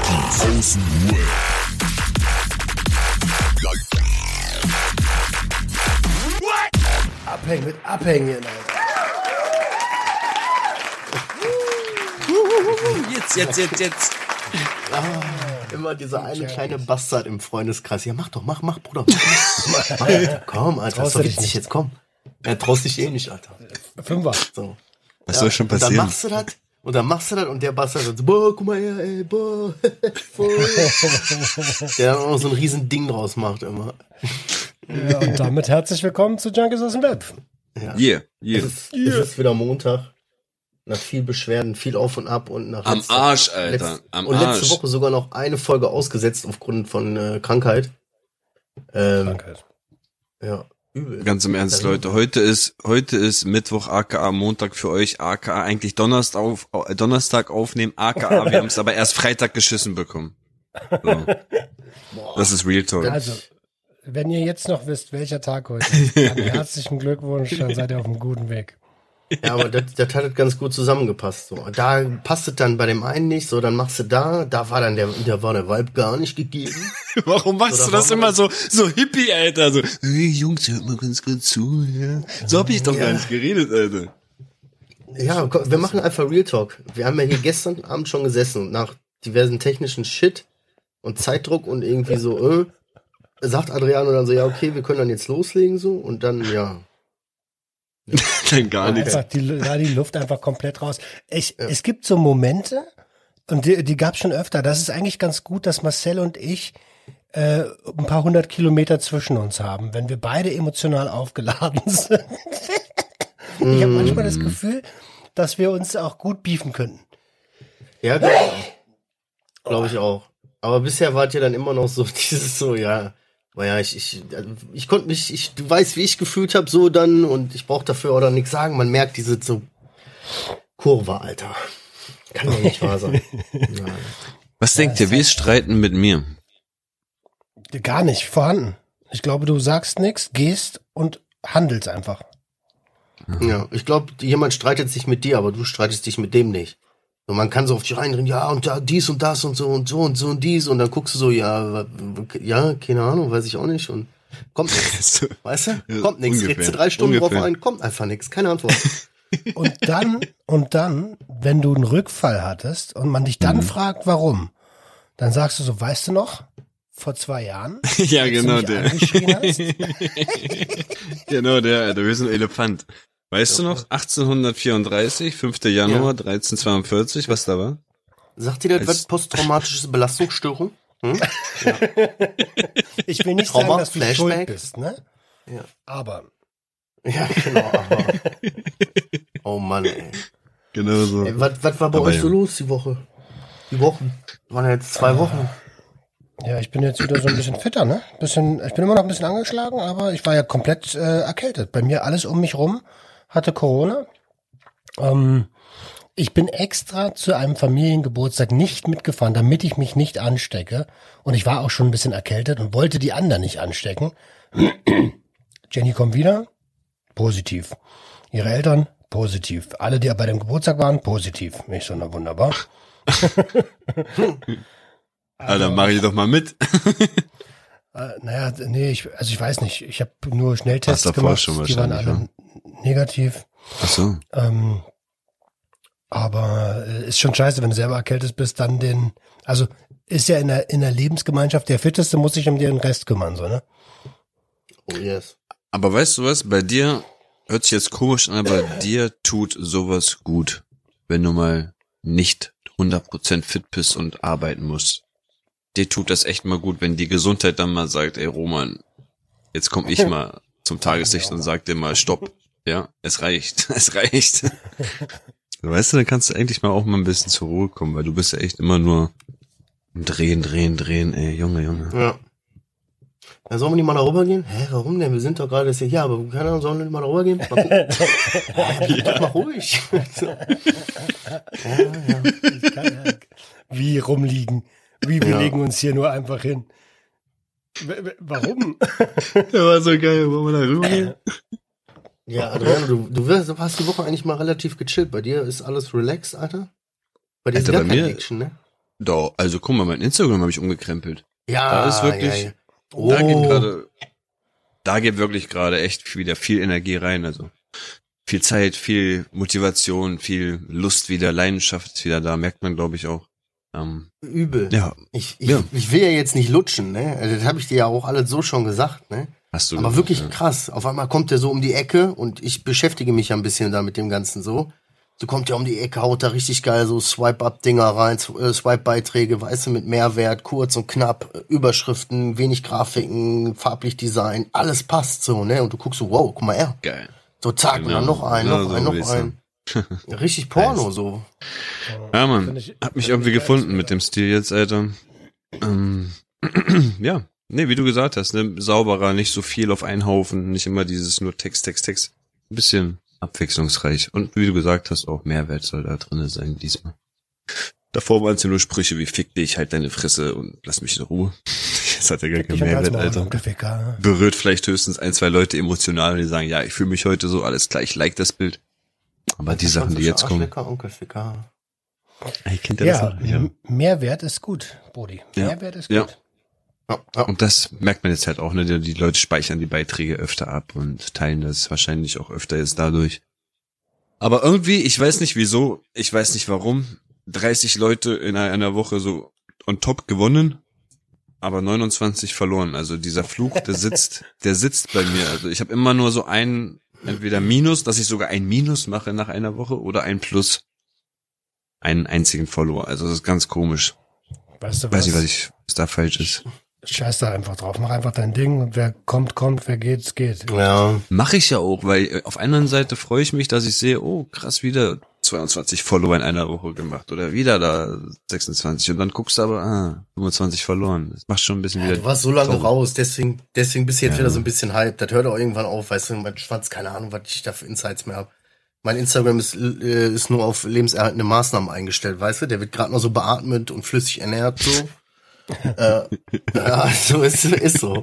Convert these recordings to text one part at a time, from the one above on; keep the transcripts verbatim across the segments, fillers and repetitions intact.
Die Außenruhe. Abhängen mit Abhängen, Alter. Jetzt, jetzt, jetzt, jetzt. Ah, immer dieser eine kleine Bastard im Freundeskreis. Ja, mach doch, mach, mach, Bruder. Mach, mach, Alter, komm, Alter, ist doch witzig, jetzt komm. Er traust dich eh nicht, Alter. Fünfer. So. Was Ja, soll schon passieren? Und dann machst du das, und dann machst du das, und der Bastard sagt so, boah, guck mal her, ey, boah, voll. Der dann auch noch so ein riesen Ding draus macht immer. Ja, und damit herzlich willkommen zu Junkies aus dem Web. Ja. Yeah, yeah. Es ist, es ist wieder Montag. Nach viel Beschwerden, viel Auf und Ab und nach Am letzter, Arsch, Alter. letzt, Am und Arsch. letzte Woche sogar noch eine Folge ausgesetzt aufgrund von äh, Krankheit. Ähm, Krankheit. Ja, übel. Ganz im Ernst, Leute. Heute ist, heute ist Mittwoch, aka Montag für euch, aka eigentlich Donnerstag, auf, äh, Donnerstag aufnehmen, aka wir haben es aber erst Freitag geschissen bekommen. So. Das ist Real Talk. Also, wenn ihr jetzt noch wisst, welcher Tag heute ist, dann herzlichen Glückwunsch, dann seid ihr auf einem guten Weg. Ja, aber das, das hat ganz gut zusammengepasst. So. Da passt es dann bei dem einen nicht, so, dann machst du da, da war dann der, da war der Vibe gar nicht gegeben. Warum machst Oder du das warum immer so, so hippie, Alter? So, hey, Jungs, hört mal ganz gut zu, ja. So hab ich doch Ja. gar nicht geredet, Alter. Ja, komm, wir machen einfach Real Talk. Wir haben ja hier gestern Abend schon gesessen und nach diversen technischen Shit und Zeitdruck und irgendwie so, äh, sagt Adriano dann so, ja, okay, wir können dann jetzt loslegen, so, und dann, ja. Dann gar nichts. Einfach die, da die Luft einfach komplett raus. Ich, ja. Es gibt so Momente, und die, die gab es schon öfter, das ist eigentlich ganz gut, dass Marcel und ich äh, ein paar hundert Kilometer zwischen uns haben, wenn wir beide emotional aufgeladen sind. Ich habe manchmal das Gefühl, dass wir uns auch gut beefen könnten. Ja, glaube ich auch. Glaube ich auch. Aber bisher wart ihr dann immer noch so dieses so, ja, naja, ich, ich, ich konnte mich, ich, du weißt, wie ich gefühlt habe, so dann, und ich brauche dafür oder nichts sagen. Man merkt diese so Kurve, Alter. Kann doch nicht wahr sein. Nein. Was denkt ihr, wie ist Streiten mit mir? Gar nicht vorhanden. Ich glaube, du sagst nichts, gehst und handelst einfach. Ja, ich glaube, jemand streitet sich mit dir, aber du streitest dich mit dem nicht. Und man kann so auf dich reinreden, ja, und da dies und das und so und so und so und dies, und dann guckst du so, ja, ja, keine Ahnung, weiß ich auch nicht, und kommt nichts, weißt du? Ja, Kommt nichts, ungefähr, redst du drei Stunden ungefähr. drauf ein, kommt einfach nichts, keine Antwort. Und dann, und dann, wenn du einen Rückfall hattest und man dich dann Mhm. fragt, warum, dann sagst du so, weißt du noch, vor zwei Jahren, Ja, als genau du mich der. angeschrien hast, Genau der, Alter. Wir sind ein Elefant. Weißt du noch, achtzehnhundertvierunddreißig, fünfter Januar, Ja. dreizehnhundertzweiundvierzig, was da war? Sagt dir das Als- was, posttraumatische Belastungsstörung? Hm? ich will nicht Trauma, sagen, dass du Flashback. schuld bist, ne? Ja. Aber Ja, genau, aber. Oh Mann, ey. Genau so. ey was, was war bei Aber euch ja. so los die Woche? Die Wochen? Waren ja jetzt zwei Wochen. ja, ich bin jetzt wieder so ein bisschen fitter, ne? Bisschen, ich bin immer noch ein bisschen angeschlagen, aber ich war ja komplett äh, erkältet. Bei mir alles um mich rum hatte Corona. Ähm, ich bin extra zu einem Familiengeburtstag nicht mitgefahren, damit ich mich nicht anstecke. Und ich war auch schon ein bisschen erkältet und wollte die anderen nicht anstecken. Jenny kommt wieder, positiv. Ihre Eltern, positiv. Alle, die bei dem Geburtstag waren, positiv. Ich so, na wunderbar. Alter, mach ich doch mal mit. Äh, naja, nee, ich, also ich weiß nicht. Ich habe nur Schnelltests Hast du gemacht. vorher schon Die waren alle wahrscheinlich, negativ. Ach so. Ähm, aber äh, ist schon scheiße, wenn du selber erkältet bist, dann den, also ist ja in der, in der Lebensgemeinschaft, der Fitteste muss sich um den Rest kümmern, so, ne? Oh yes. Aber weißt du was, bei dir, hört sich jetzt komisch an, aber dir tut sowas gut, wenn du mal nicht hundert Prozent fit bist und arbeiten musst. Dir tut das echt mal gut, wenn die Gesundheit dann mal sagt, ey Roman, jetzt komm ich mal zum Tageslicht und sag dir mal Stopp. Ja, es reicht, es reicht. Weißt du, dann kannst du eigentlich mal auch mal ein bisschen zur Ruhe kommen, weil du bist ja echt immer nur drehen, drehen, drehen, ey, Junge, Junge. Ja. Ja, sollen wir nicht mal darüber gehen? Hä, warum denn? Wir sind doch gerade jetzt hier. Ja, aber keine Ahnung, sollen wir nicht mal darüber gehen? Mal gucken. Ja, bleib doch mal ruhig. So. Ja, ja. Wie rumliegen. Wie wir Ja. legen uns hier nur einfach hin. W- w- Warum? Der war so geil, wollen wir da rüber gehen? Ja, Adriano, du, du, wirst, du hast die Woche eigentlich mal relativ gechillt. Bei dir ist alles relaxed, Alter? Bei dir Alter, ist gar bei keine mir- Action, ne? Doch, also guck mal, mein Instagram habe ich umgekrempelt. Ja, Da ist wirklich, ja, ja. Oh. da geht gerade, da geht wirklich gerade echt wieder viel Energie rein, also viel Zeit, viel Motivation, viel Lust wieder, Leidenschaft ist wieder da, merkt man, glaube ich, auch. Ähm, Übel. ja, Ich, ich, Ja. ich will ja jetzt nicht lutschen, ne? Also, das habe ich dir ja auch alles so schon gesagt, ne? hast du Aber gesagt, wirklich ja. krass. Auf einmal kommt der so um die Ecke und ich beschäftige mich ja ein bisschen da mit dem Ganzen so. So kommt der um die Ecke, haut da richtig geil so Swipe-Up-Dinger rein, äh, Swipe-Beiträge, weißt du, mit Mehrwert, kurz und knapp, äh, Überschriften, wenig Grafiken, farblich Design, alles passt so, ne? Und du guckst so, wow, guck mal her. Geil. So zack, und Genau. dann noch ein, Ja, noch so ein, will noch ich's ein. Richtig Porno so. Ja, Mann, Find ich- hab mich find irgendwie ich geil, gefunden das mit dem Stil jetzt, Alter. Ähm, ja, nee, wie du gesagt hast, ne, sauberer, nicht so viel auf einen Haufen, nicht immer dieses nur Text, Text, Text. Ein bisschen abwechslungsreich. Und wie du gesagt hast, auch Mehrwert soll da drin sein diesmal. Davor waren es ja nur Sprüche wie fick dich, halt deine Fresse und lass mich in Ruhe. Jetzt hat er gar Fick keinen dich und Mehrwert, halt's Maul, Alter. Onkel Ficker. Berührt vielleicht höchstens ein, zwei Leute emotional, die sagen, ja, ich fühle mich heute so, alles klar, ich like das Bild. Aber die Sachen, die jetzt kommen. Arschlecker, Onkel Ficker. Ey, kennt ihr Ja, das noch? Ja. M- Mehrwert ist gut, Brody. Ja. Mehrwert ist Ja. gut. Ja, ja. Und das merkt man jetzt halt auch, ne? Die, die Leute speichern die Beiträge öfter ab und teilen das wahrscheinlich auch öfter jetzt dadurch. Aber irgendwie, ich weiß nicht wieso, ich weiß nicht warum, dreißig Leute in einer Woche so on top gewonnen, aber neunundzwanzig verloren. Also dieser Fluch, der sitzt, der sitzt bei mir. Also ich habe immer nur so ein, entweder Minus, dass ich sogar ein Minus mache nach einer Woche oder ein Plus. Einen einzigen Follower. Also das ist ganz komisch. Weißt du Weiß was? nicht, was ich, was da falsch ist. Scheiß da einfach drauf. Mach einfach dein Ding. Und wer kommt, kommt. Wer geht, geht. Ja. Mache ich ja auch, weil äh, auf einer anderen Seite freue ich mich, dass ich sehe, oh krass, wieder zweiundzwanzig Follower in einer Woche gemacht oder wieder da sechsundzwanzig und dann guckst du aber, ah, fünfundzwanzig verloren. Das macht schon ein bisschen Ja, wieder. du warst so lange traurig. raus, deswegen, deswegen bist du jetzt Ja. wieder so ein bisschen hype. Das hört auch irgendwann auf, weißt du, mein Schwanz, keine Ahnung, was ich da für Insights mehr habe. Mein Instagram ist, äh, ist nur auf lebenserhaltende Maßnahmen eingestellt, weißt du? Der wird gerade noch so beatmet und flüssig ernährt, so. äh, ja, so ist, ist so.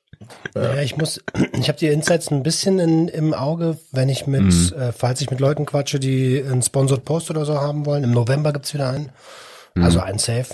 Ja, ich muss, ich habe die Insights ein bisschen in, im Auge, wenn ich mit, Mhm. äh, falls ich mit Leuten quatsche, die einen Sponsored Post oder so haben wollen. Im November gibt's wieder einen. Mhm. Also einen Safe.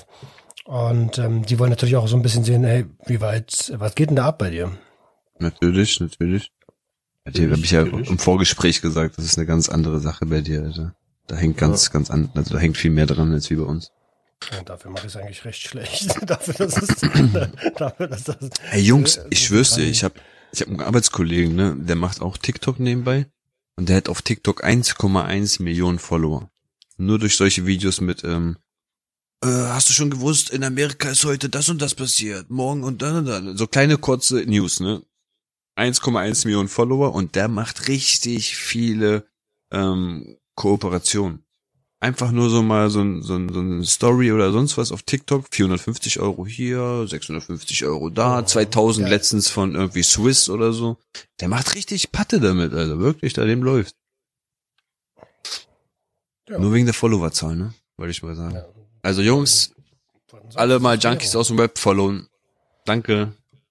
Und ähm, die wollen natürlich auch so ein bisschen sehen, hey, wie weit, was geht denn da ab bei dir? Natürlich, natürlich. Bei dir habe ich ja im Vorgespräch gesagt, das ist eine ganz andere Sache bei dir, Alter. Da hängt ganz, ganz an, also da hängt viel mehr dran als wie bei uns. Ja, dafür mache ich es eigentlich recht schlecht. dafür, dass es, dafür, dass das. Hey Jungs, äh, ich so schwör's dir, dran- ich hab, ich hab einen Arbeitskollegen, ne, der macht auch TikTok nebenbei und der hat auf TikTok eins Komma eins Millionen Follower. Nur durch solche Videos mit, ähm, äh, hast du schon gewusst, in Amerika ist heute das und das passiert, morgen und dann und dann. So kleine kurze News, ne? eins Komma eins Millionen Follower und der macht richtig viele ähm, Kooperationen. Einfach nur so mal so ein, so ein, so eine Story oder sonst was auf TikTok. vierhundertfünfzig Euro hier, sechshundertfünfzig Euro da, Oh, zweitausend geil. letztens von irgendwie Swiss oder so. Der macht richtig Patte damit, also wirklich, da dem läuft. Ja. Nur wegen der Followerzahl, ne? Wollte ich mal sagen. Ja. Also Jungs, alle mal Junkies aus dem Web followen. Danke.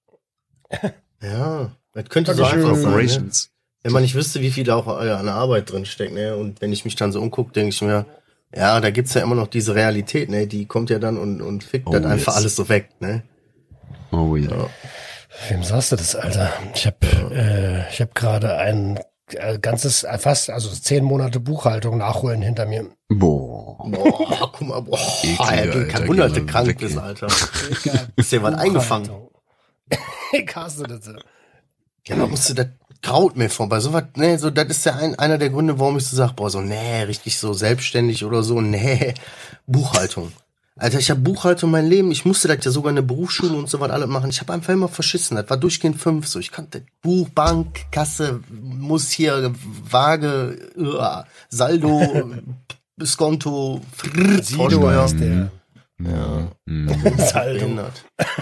Ja, das könnte so Dankeschön. einfach sein, ne? Operations. Wenn man nicht wüsste, wie viel da auch äh, an Arbeit drin steckt, ne? Und wenn ich mich dann so umgucke, denke ich mir, ja, da gibt's ja immer noch diese Realität, ne? Die kommt ja dann und, und fickt Oh, das einfach yes. alles so weg, ne? Oh ja. Ja. Wem sagst du das, Alter? Ich habe äh, ich habe gerade ein äh, ganzes, äh, fast, also zehn Monate Buchhaltung nachholen hinter mir. Boah. Boah, guck mal, boah, Eklige, ja, Alter, kein Wunder, dass geh du mal krank weg, bist, ey. Alter. Ist dir was eingefangen? Ich hasse das. Ja, man musste, das graut mir vor. Bei sowas, ne, so, das ist ja ein, einer der Gründe, warum ich so sag, boah, so, nee, richtig so selbstständig oder so, nee, Buchhaltung. Alter, ich habe Buchhaltung mein Leben, ich musste das ja sogar in der Berufsschule und so was alles machen. Ich habe einfach immer verschissen, das war durchgehend fünf, so, ich kannte Buch, Bank, Kasse, muss hier, Waage, uh, Saldo, Skonto, Sido Vorsteuer. heißt der. Ja. Mhm. Saldo. Behindert.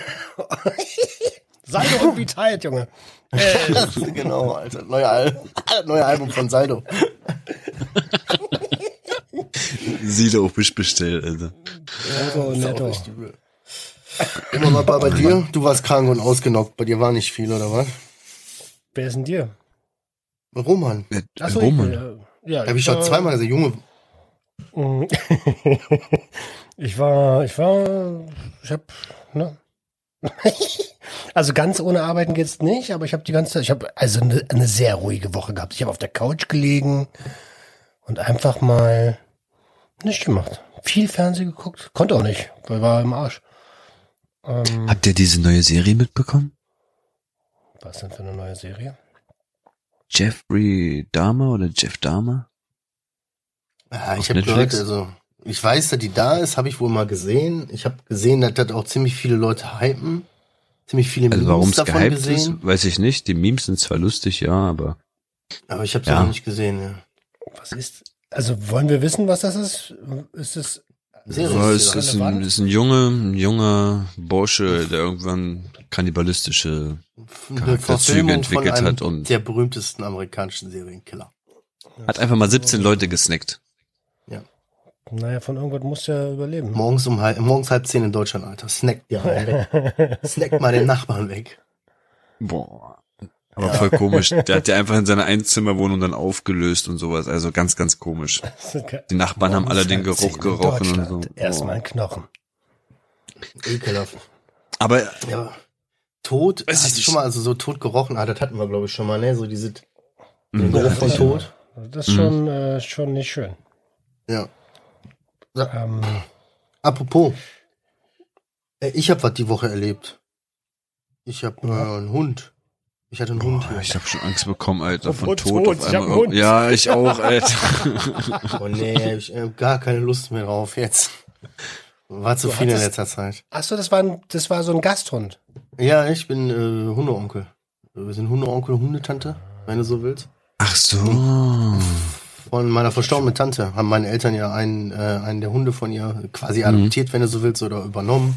Saldo und wie tight, Junge. Äh, Genau, Alter, neue, Al neue Album von Saldo. Sido auch nicht bestellt, also. netto, Ist auch netto. echt übel. Immer mal bei, bei dir, du warst krank und ausgenockt, bei dir war nicht viel, oder was? Wer ist denn dir? Roman, Ja, Achso, Roman. ich, ja, ja, hab ich schon war- zweimal gesagt, Junge, Ich war, ich war, ich hab, ne? Also ganz ohne Arbeiten geht's nicht, aber ich habe die ganze, ich habe also eine, eine sehr ruhige Woche gehabt. Ich habe auf der Couch gelegen und einfach mal nichts gemacht. Viel Fernsehen geguckt, konnte auch nicht, weil war im Arsch. Ähm, Habt ihr diese neue Serie mitbekommen? Was denn für eine neue Serie? Jeffrey Dahmer oder Jeff Dahmer? Ja, ich Auf habe gehört, Netflix? also ich weiß, dass die da ist, habe ich wohl mal gesehen. Ich habe gesehen, dass das auch ziemlich viele Leute hypen. Ziemlich viele Also Memes warum es davon gehypt gesehen. ist, weiß ich nicht. Die Memes sind zwar lustig, ja, aber Aber ich habe es Ja. noch nicht gesehen. Ja. Was ist? Also wollen wir wissen, was das ist? Ist es Serie ja, ist es ja ist ein, relevant? ist ein Junge, ein junger Bursche, der irgendwann kannibalistische eine Charakterzüge Verfilmung von entwickelt einem hat und der berühmtesten amerikanischen Serienkiller. hat einfach mal siebzehn Leute gesnackt. Naja, von irgendwas muss ja überleben. Morgens um halb, morgens halb zehn in Deutschland, Alter. Snackt ja einen weg. Snackt mal den Nachbarn weg. Boah. Aber voll komisch. Der hat ja einfach in seiner Einzimmerwohnung dann aufgelöst und sowas. Also ganz, ganz komisch. Die Nachbarn haben alle den Geruch gerochen und so. Erstmal Boah. ein Knochen. Ekelhaft. Aber Ja. Tod, Weiß ich hast du nicht. schon mal, also so tot gerochen, ah, das hatten wir, glaube ich, schon mal, ne? So diese, den Mhm. Geruch von Ja. Tod. Das ist schon, äh, schon nicht schön. Ja. Ähm, Apropos, äh, ich habe was die Woche erlebt. Ich habe äh, einen Hund. Ich hatte einen Hund boah, hier. ich habe schon Angst bekommen, Alter, von Apropos Tod Tod, auf ich hab einmal. einen Hund. Ja, ich auch, Alter. Oh nee, ich habe gar keine Lust mehr drauf jetzt. War zu Du viel in hattest- letzter Zeit. ach so, das war ein, das war so ein Gasthund. Ja, ich bin äh, Hundeonkel. Wir sind Hundeonkel und Hundetante, wenn du so willst. Ach so. Von meiner verstorbenen Tante haben meine Eltern ja einen, äh, einen der Hunde von ihr quasi adoptiert, wenn du so willst, oder übernommen.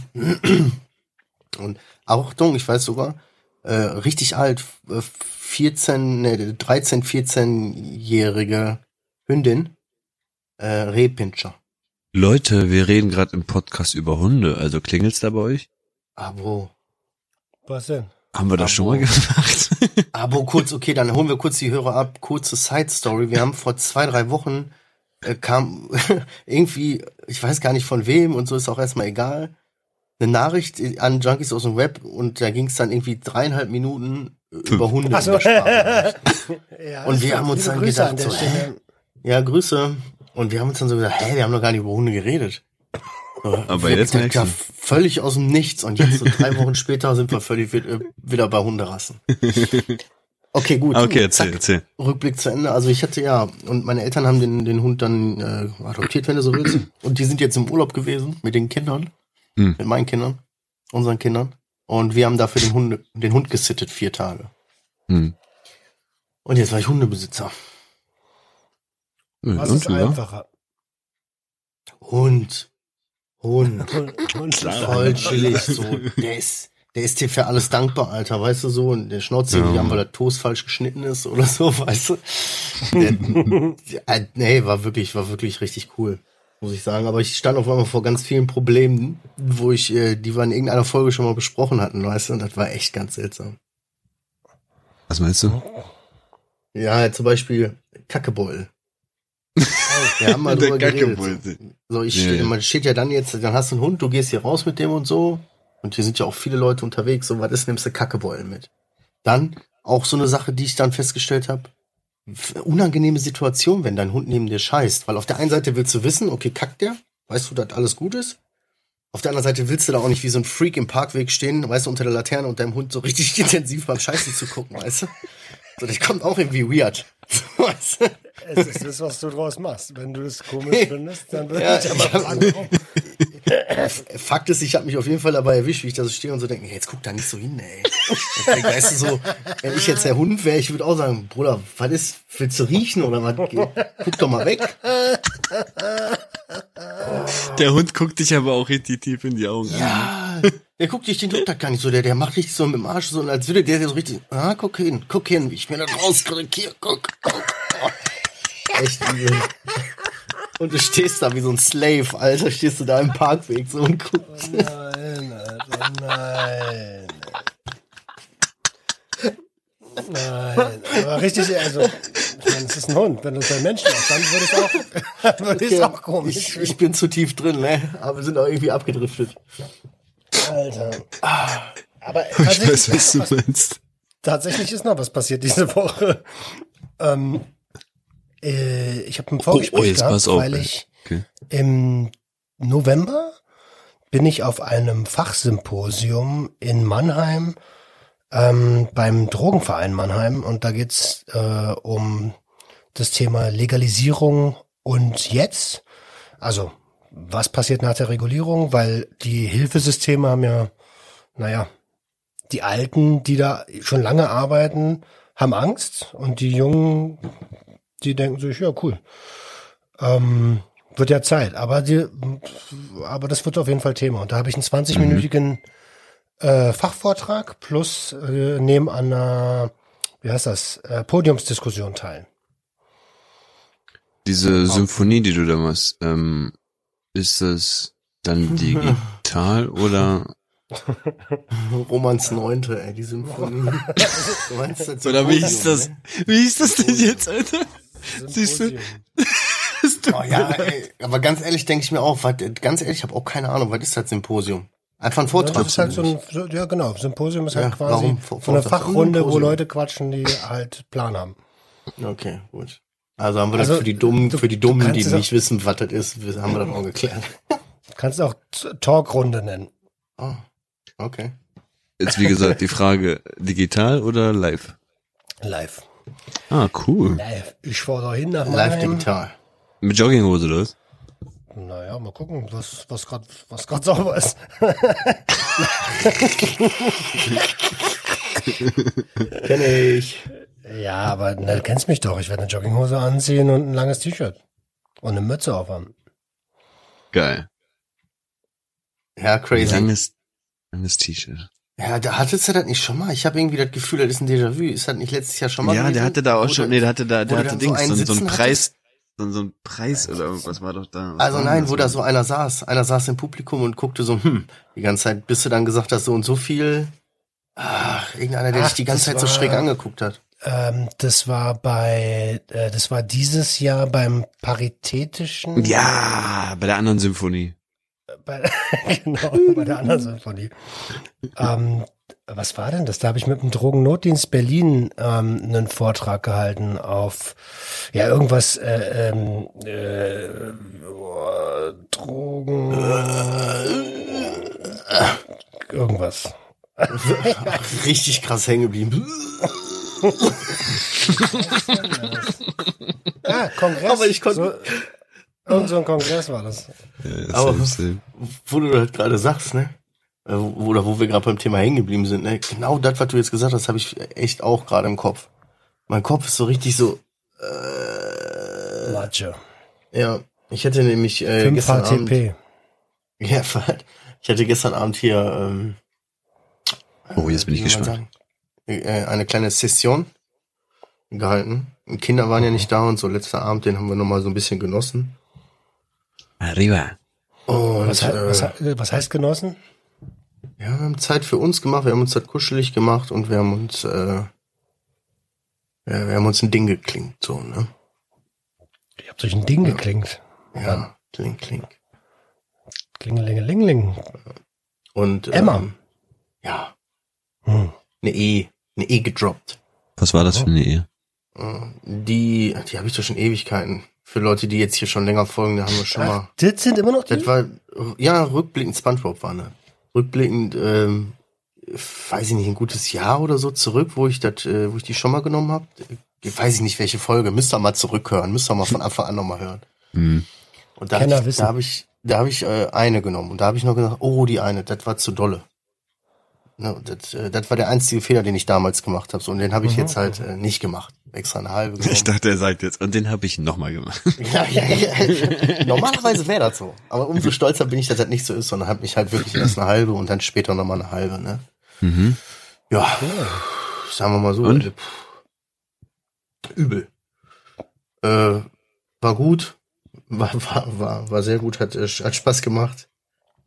Und Achtung, ich weiß sogar, äh, richtig alt, äh, vierzehn, ne, dreizehn, vierzehn-jährige Hündin, äh, Rehpinscher. Leute, wir reden gerade im Podcast über Hunde. Also klingelt's da bei euch? Abo. Was denn? Haben wir das Abo. schon mal gemacht? Abo kurz, okay, dann holen wir kurz die Hörer ab. Kurze Side-Story. Wir haben vor zwei, drei Wochen äh, kam irgendwie, ich weiß gar nicht von wem und so, ist auch erstmal egal, eine Nachricht an Junkies aus dem Web und da ging es dann irgendwie dreieinhalb Minuten über Hunde. Ach so. in der Sprachnachricht. Ja, Und wir das- haben uns liebe dann Grüße gedacht, an der so, Stelle. Ja, Grüße. Und wir haben uns dann so gesagt, hä, wir haben doch gar nicht über Hunde geredet. So, Aber wir- jetzt das merkst ja du. völlig aus dem Nichts. Und jetzt, so drei Wochen später, sind wir völlig wi- wieder bei Hunderassen. Okay, gut. Okay, erzähl, Zack. erzähl. Rückblick zu Ende. Also ich hatte ja, und meine Eltern haben den, den Hund dann äh, adoptiert, wenn du so willst. Und die sind jetzt im Urlaub gewesen mit den Kindern, Hm. mit meinen Kindern, unseren Kindern. Und wir haben dafür den Hund, den Hund gesittet, vier Tage. Hm. Und jetzt war ich Hundebesitzer. Was Und, ist ja? einfacher? Hund. Hund. Und, und Voll chillig, so. Der ist, der ist dir für alles dankbar, Alter, weißt du so. Und der schnauzt dir Ja. nicht an, weil der Toast falsch geschnitten ist oder so, weißt du. Der, der, nee, war wirklich, war wirklich richtig cool, muss ich sagen. Aber ich stand auf einmal vor ganz vielen Problemen, wo ich, äh, die wir in irgendeiner Folge schon mal besprochen hatten, weißt du. Und das war echt ganz seltsam. Was meinst du? Ja, zum Beispiel Kackebeutel. Wir haben mal drüber geredet. So, ich Ja, stehe, ja. man steht ja dann jetzt, dann hast du einen Hund, du gehst hier raus mit dem und so. Und hier sind ja auch viele Leute unterwegs. So, was ist, nimmst du Kackebeulen mit. Dann auch so eine Sache, die ich dann festgestellt habe. Unangenehme Situation, wenn dein Hund neben dir scheißt. Weil auf der einen Seite willst du wissen, okay, kackt der? Weißt du, dass alles gut ist? Auf der anderen Seite willst du da auch nicht wie so ein Freak im Parkweg stehen, weißt du, unter der Laterne und deinem Hund so richtig intensiv beim Scheißen zu gucken, weißt du? So, das kommt auch irgendwie weird. Weißt du? es ist das, was du draus machst. Wenn du das komisch findest, dann würde Ja, ich ich aber hab- fragen, Fakt ist, ich habe mich auf jeden Fall dabei erwischt, wie ich da so stehe und so denke, hey, jetzt guck da nicht so hin, ey. Ich denk, weißt du, so, wenn ich jetzt der Hund wäre, ich würde auch sagen, Bruder, was ist, willst du riechen oder was? Guck doch mal weg. Der Hund guckt dich aber auch richtig tief in die Augen an. Ja, der guckt dich den Tod gar nicht so, der, der macht richtig so mit dem Arsch so, als würde der so richtig, ah, guck hin, guck hin, wie ich mir das rauskrieg, hier, guck, guck. Oh. Echt übel. Und du stehst da wie so ein Slave, Alter, stehst du da im Parkweg so und guckst. nein, Alter, nein. Nein, aber richtig, also meine, es ist ein Hund. Wenn du es bei Menschen machst, dann würde es auch, würde Okay, es auch komisch. Ich, ich bin zu tief drin, ne? Aber wir sind auch irgendwie abgedriftet. Alter. Ah, aber Ich weiß, tatsächlich, was du was, meinst. tatsächlich ist noch was passiert diese Woche. Ähm, äh, ich habe ein Vorgespräch Oh, oh, jetzt gehabt, pass auf, weil ey. ich Okay. im November bin ich auf einem Fachsymposium in Mannheim ähm, beim Drogenverein Mannheim und da geht's äh, um das Thema Legalisierung und jetzt, also was passiert nach der Regulierung, weil die Hilfesysteme haben ja, naja, die Alten, die da schon lange arbeiten, haben Angst und die Jungen, die denken sich, ja cool, ähm, wird ja Zeit, aber die, aber das wird auf jeden Fall Thema. Und da habe ich einen zwanzig-minütigen äh, Fachvortrag plus äh, neben an einer, wie heißt das, äh, Podiumsdiskussion teil. Diese Symphonie, die du da machst, ähm, ist das dann digital oder Romans Neunte, ey, die Symphonie. Du meinst das oder wie Symposium, ist das? ne? Wie ist das denn jetzt, Alter? Siehst du? Oh ja, ey, aber ganz ehrlich denke ich mir auch, was, ganz ehrlich, ich habe auch keine Ahnung, was ist das Symposium? Einfach ein Ja, Vortrag. das ist halt so ein, so, ja genau, Symposium ist Ja, halt quasi warum? so eine Vortrag- Fachrunde, wo Symposium. Leute quatschen, die halt Plan haben. Okay, gut. Also haben wir das Also, für die Dummen, du- für die du Dummen, kannst die es nicht wissen, was das ist, haben wir das auch geklärt. Kannst du auch T- Talkrunde nennen. Oh, okay. Jetzt wie gesagt die Frage, digital oder live? Live. Ah, cool. Live. Ich fahre da hin nach Live Mannheim. digital. Mit Jogginghose oder was? Naja, mal gucken, was, was gerade, was gerade sauber ist. Kenn ich. Ja, aber na, du kennst mich doch. Ich werde eine Jogginghose anziehen und ein langes T-Shirt. Und eine Mütze aufhaben. Geil. Ja, crazy. Langes, langes T-Shirt. Ja, da hattest du das nicht schon mal? Ich habe irgendwie das Gefühl, das ist ein Déjà-vu. Ist das nicht letztes Jahr schon mal Ja, gewesen? der hatte da auch Wo schon, du- nee, der hatte da, wo der du hatte dann Dings, so, einen ein- so ein sitzen Preis, so, so ein Preis oder irgendwas war doch da. Was Also war nein, das wo da denn? so einer saß. Einer saß im Publikum und guckte so, hm, die ganze Zeit, bis du dann gesagt hast, so und so viel. Ach, irgendeiner, der Ach, dich die ganze das Zeit so war- schräg angeguckt hat. Ähm, das war bei, äh, das war dieses Jahr beim Paritätischen. Ja, bei der anderen Symphonie. Bei, genau, bei der anderen Symphonie. ähm, was war denn das? Da habe ich mit dem Drogennotdienst Berlin ähm, einen Vortrag gehalten auf ja irgendwas äh, ähm, äh, oh, Drogen irgendwas. Richtig krass hängen geblieben. Ah, Kongress. Aber ich konnte- so, irgend so ein Kongress war das. Ja, Aber- safe, safe. Wo du das gerade sagst, ne? Äh, wo- Oder wo wir gerade beim Thema hängen geblieben sind, ne? Genau das, was du jetzt gesagt hast, habe ich echt auch gerade im Kopf. Mein Kopf ist so richtig so, äh, Matsche. ja. Ich hätte nämlich äh, fünf gestern H T Abend, P. ja, ich hatte gestern Abend hier, ähm, Oh, jetzt bin ich wie soll man gespannt. sagen, äh, eine kleine Session gehalten. Die Kinder waren ja nicht da und so letzter Abend, den haben wir nochmal so ein bisschen genossen. Arriba. Und Was, he äh, was, he was heißt Genossen? ja, wir haben Zeit für uns gemacht, wir haben uns das kuschelig gemacht und wir haben uns, äh, ja, wir haben uns ein Ding geklingt, so, ne? Ich hab durch ein Ding geklingt. Ja, kling, kling. Klingelingelingeling. Und, Emma. Ähm, ja, Hm. eine E, eine E gedroppt. Was war das für eine Ehe? Äh, Die, die habe ich doch schon Ewigkeiten. Für Leute, die jetzt hier schon länger folgen, da haben wir schon Ach, mal. das sind immer noch die? Das war, ja, rückblickend SpongeBob war ne. Rückblickend, ähm, weiß ich nicht, ein gutes Jahr oder so zurück, wo ich das, äh, wo ich die schon mal genommen habe. Weiß ich nicht, welche Folge. Müsst ihr mal zurückhören. Müsst ihr mal von Anfang an nochmal hören. Hm. Und da Kenner habe ich, wissen. da habe ich, da habe ich äh, eine genommen. Und da habe ich noch gesagt, oh, die eine, das war zu dolle. Ne, das, äh, das war der einzige Fehler, den ich damals gemacht habe. So, und den habe ich Mhm. jetzt halt äh, nicht gemacht. Extra eine halbe genommen. Ich dachte, er sagt jetzt, und den habe ich nochmal gemacht. Ja, ja, ja. Normalerweise wäre das so. Aber umso stolzer bin ich, dass das nicht so ist, sondern habe mich halt wirklich erst eine halbe und dann später nochmal eine halbe, ne? Mhm. Ja, sagen wir mal so. Und? äh, pff, Übel. Äh, war gut. War, war, war, war sehr gut, hat, äh, hat Spaß gemacht.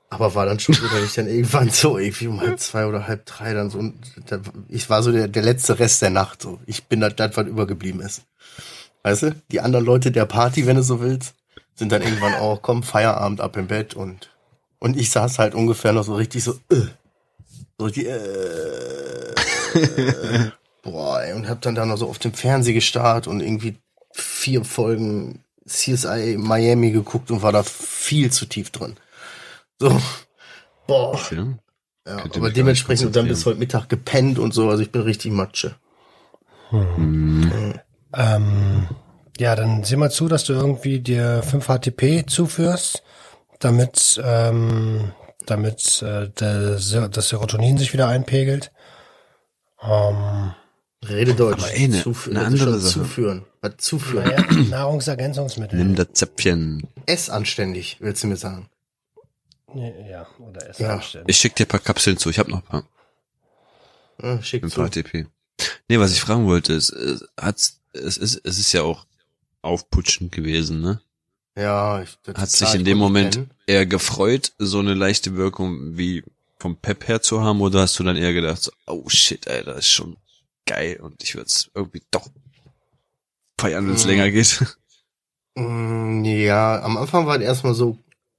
Aber war dann schon so, dass ich dann irgendwann so irgendwie um halb zwei oder halb drei dann so, da, ich war so der, der letzte Rest der Nacht so. Ich bin das, das, was übergeblieben ist. Weißt du? Die anderen Leute der Party, wenn du so willst, sind dann irgendwann auch, komm, Feierabend, ab im Bett und, und ich saß halt ungefähr noch so richtig so, äh, so die, äh, äh, boah, ey, und hab dann da noch so auf dem Fernseher gestarrt und irgendwie vier Folgen C S I Miami geguckt und war da viel zu tief drin. So, boah. Ja, ja, aber dementsprechend dann bis heute Mittag gepennt und so, also ich bin richtig Matsche. Hm. Hm. Ähm, ja, dann sieh mal zu, dass du irgendwie dir fünf H T P zuführst, damit, ähm, damit äh, der, das Serotonin sich wieder einpegelt. Ähm, Rede Deutsch. Aber ey, ne, Zufü- eine andere Sache. Zuführen. Was zuführen? naja, Nahrungsergänzungsmittel. Nimm das Zäpfchen. Ess anständig, willst du mir sagen? Ja, oder Essen Ja. anstellen. Ich schick dir ein paar Kapseln zu. Ich habe noch ein paar. Ja, schick Ein zu. paar H T P. Nee, was ich fragen wollte, ist, es, hat's, es ist, es ist ja auch aufputschend gewesen, ne? Ja, ich, das Hat ist sich klar, in ich dem wollte Moment kennen. eher gefreut, so eine leichte Wirkung wie vom Pep her zu haben, oder hast du dann eher gedacht, so, oh shit, ey, das ist schon geil und ich würde es irgendwie doch feiern, wenn es Mm. länger geht. Mm, ja, am Anfang war es erstmal so,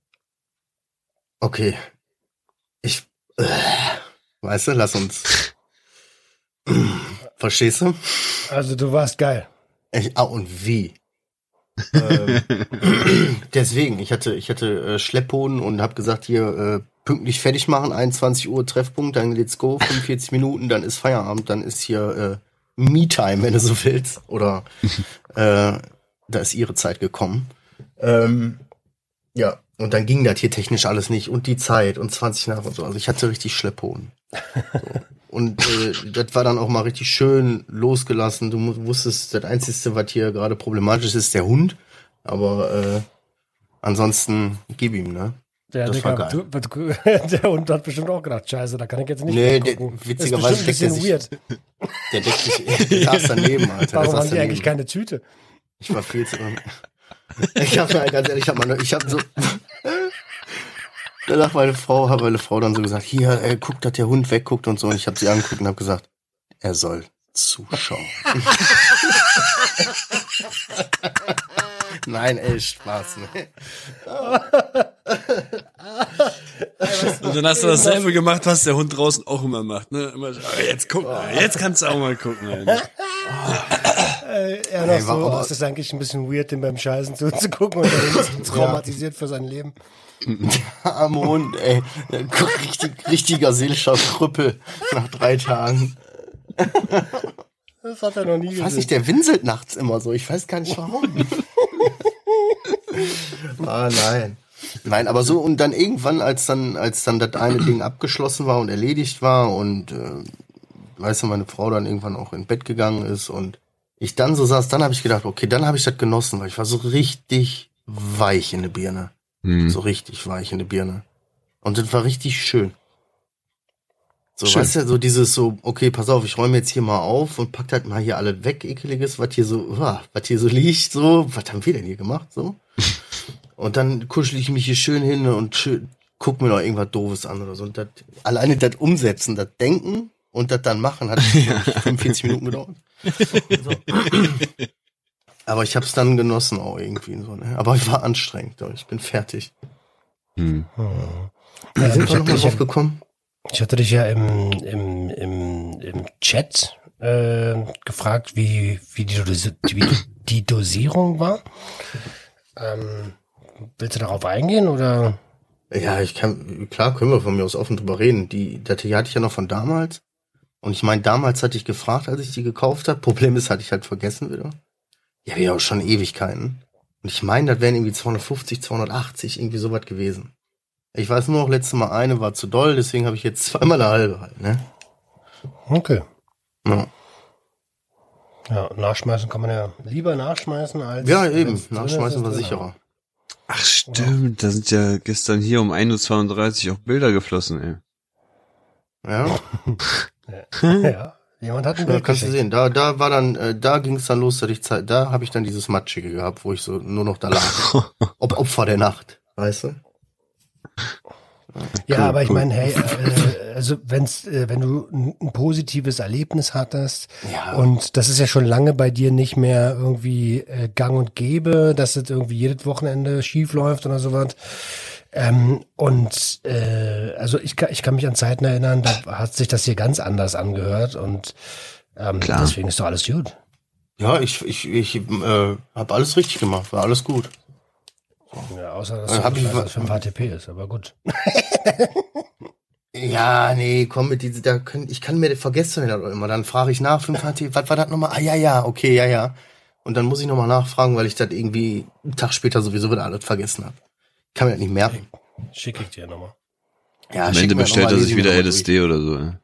okay, ich, äh, weißt du, lass uns, verstehst du? Also du warst geil. Ich, ah, und wie? ähm, deswegen, ich hatte, ich hatte äh, Schlepphoden und habe gesagt, hier äh, pünktlich fertig machen, einundzwanzig Uhr Treffpunkt, dann let's go, fünfundvierzig Minuten, dann ist Feierabend, dann ist hier äh, Me-Time, wenn du so willst. Oder äh, da ist ihre Zeit gekommen. Ähm, ja, und dann ging das hier technisch alles nicht und die Zeit und zwanzig nach und so. Also ich hatte richtig Schlepphoden. So. Und äh, das war dann auch mal richtig schön losgelassen. Du mu- wusstest, das Einzige, was hier gerade problematisch ist, ist der Hund. Aber äh, ansonsten gib ihm, ne? Der, Das Digga, war geil. du, du, der Hund hat bestimmt auch gedacht, scheiße, da kann ich jetzt nicht Nee, der- gucken. witzigerweise ist bestimmt ein deckt er bisschen sich- weird. Der deckt sich, der saß daneben, Alter. Der Warum saß haben die daneben. eigentlich keine Tüte? Ich war viel zu. Ich hab mir ganz ehrlich, ich hab mal, ich hab so. Danach meine Frau, hat meine Frau dann so gesagt, hier, ey, guck, dass der Hund wegguckt und so. Und ich habe sie angeguckt und habe gesagt, er soll zuschauen. Nein, ey, Spaß, ne? Und dann hast du dasselbe gemacht, was der Hund draußen auch immer macht, ne? Immer, oh, jetzt guck mal, jetzt kannst du auch mal gucken, ey. Äh, er noch Ey, so, war aber- das ist eigentlich ein bisschen weird, dem beim Scheißen zuzugucken und er ist traumatisiert für sein Leben. Am Hund, ey. Richtig, richtiger seelischer Krüppel nach drei Tagen. Das hat er noch nie Ich weiß gesehen. nicht, der winselt nachts immer so. Ich weiß gar nicht warum. Ah, nein. Nein, aber so, und dann irgendwann, als dann, als dann das eine Ding abgeschlossen war und erledigt war und, äh, weißt du, meine Frau dann irgendwann auch ins Bett gegangen ist und ich dann so saß, dann habe ich gedacht, okay, dann habe ich das genossen, weil ich war so richtig weich in der Birne. Hm. So richtig weich in der Birne. Und das war richtig schön. So, Schön. weißt du, so dieses so, okay, pass auf, ich räume jetzt hier mal auf und pack halt mal hier alles weg, ekeliges, was hier so, uah, was hier so liegt, so, was haben wir denn hier gemacht, so? Und dann kuschel ich mich hier schön hin und schön, guck mir noch irgendwas Doofes an oder so. Und das, alleine das Umsetzen, das Denken und das dann machen, hat fünfundvierzig Minuten gedauert. So. Aber ich hab's dann genossen auch irgendwie so, ne? Aber ich war anstrengend, ich bin fertig. Hm. Wie Ja, sind ich wir hab nochmal dich drauf ja- gekommen? Ich hatte dich ja im, im, im, im Chat äh, gefragt, wie, wie, die, Dosi- wie die Dosierung war. Ähm, willst du darauf eingehen oder? Ja, ich kann, klar können wir von mir aus offen drüber reden. Die Datei hatte ich ja noch von damals. Und ich meine, damals hatte ich gefragt, als ich die gekauft habe. Problem ist, hatte ich halt vergessen wieder. Ja, ja, auch schon Ewigkeiten. Und ich meine, das wären irgendwie zweihundertfünfzig, zweihundertachtzig, irgendwie sowas gewesen. Ich weiß nur noch, letztes Mal eine war zu doll, deswegen habe ich jetzt zweimal eine halbe halt, ne? Okay. Ja, Ja, nachschmeißen kann man ja lieber nachschmeißen als. ja eben, wenn's drin ist, nachschmeißen ist war drin. sicherer. Ach stimmt, da sind ja gestern hier um ein Uhr zweiunddreißig auch Bilder geflossen, ey. Ja, Ja, jemand hat ein da Bild kannst du geschickt. sehen. Da, da war dann, äh, da ging es dann los, dass ich Zeit, da habe ich dann dieses Matschige gehabt, wo ich so nur noch da lag. Ob Opfer der Nacht, weißt du? Ja, Cool, aber ich cool. meine, hey, äh, also wenn's, äh, wenn du ein, ein positives Erlebnis hattest Ja. und das ist ja schon lange bei dir nicht mehr irgendwie äh, gang und gäbe, dass es irgendwie jedes Wochenende schief läuft oder sowas. Ähm, und äh, also ich kann, ich kann mich an Zeiten erinnern, da hat sich das hier ganz anders angehört und ähm, Klar. deswegen ist doch alles gut. Ja, ich, ich, ich äh, habe alles richtig gemacht, war alles gut. Ja, außer dass Äh, du hab nicht ich weißt, wa- was für ein H T P ist, aber gut. Ja, nee, komm mit diese, da können, ich kann mir vergessen das immer. Dann frage ich nach, fünf H T, was war das nochmal? Ah ja, ja, okay, ja, ja. Und dann muss ich nochmal nachfragen, weil ich das irgendwie einen Tag später sowieso wieder alles vergessen habe. Kann mir das nicht merken. Schicke ich dir nochmal. Ja, Am schick Ende mir bestellt noch mal, er lese sich ich mir wieder noch mal L S D oder so. Ja.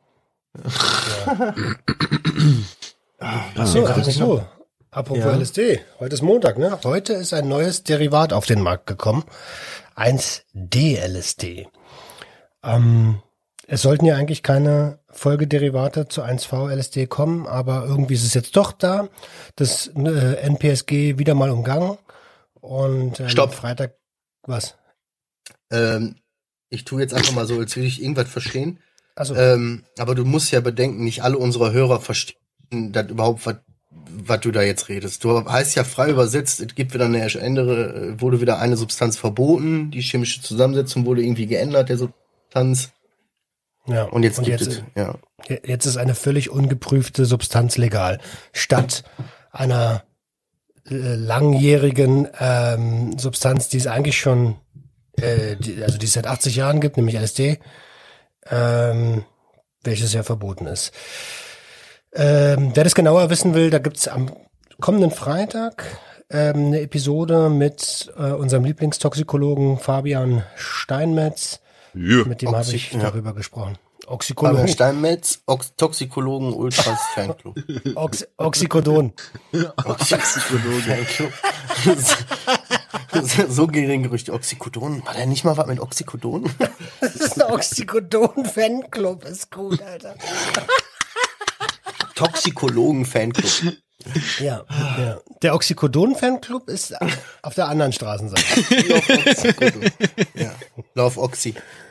Achso, Ah, apropos, apropos Ja. L S D. Heute ist Montag, ne? Heute ist ein neues Derivat auf den Markt gekommen. eins D L S D. Ähm, es sollten ja eigentlich keine Folgederivate zu eins V L S D kommen, aber irgendwie ist es jetzt doch da. Das äh, N P S G wieder mal umgangen. Und ähm, Stopp. Freitag, was? Ähm, ich tue jetzt einfach mal so, als würde ich irgendwas verstehen. Also Ähm, aber du musst ja bedenken, nicht alle unsere Hörer verstehen das überhaupt, was was du da jetzt redest. Du heißt ja frei übersetzt, es gibt wieder eine andere, äh, wurde wieder eine Substanz verboten, die chemische Zusammensetzung wurde irgendwie geändert, der Substanz. ja. Und jetzt gibt jetzt, es, ja. Jetzt ist eine völlig ungeprüfte Substanz legal. Statt einer äh, langjährigen ähm, Substanz, die es eigentlich schon, äh, die, also die es seit achtzig Jahren gibt, nämlich L S D, ähm, welches ja verboten ist. Ähm, wer das genauer wissen will, da gibt's am kommenden Freitag ähm, eine Episode mit äh, unserem Lieblingstoxikologen Fabian Steinmetz. Ja. Mit dem habe Oxy- ich ja. darüber gesprochen. Fabian Oxykologen. Steinmetz, Ox Toxikologen Ultras Fanclub. Ox Oxycodon. Fanclub. So gering Gerüchte. Oxycodon. War der nicht mal was mit Oxycodon? Das ist ein Oxycodon-Fanclub. Ist gut, Alter. Toxikologen Fanclub. Ja, ja. Der Oxycodon-Fanclub ist auf der anderen Straßenseite. Lauf Oxycodon. Ja. Lauf Oxy.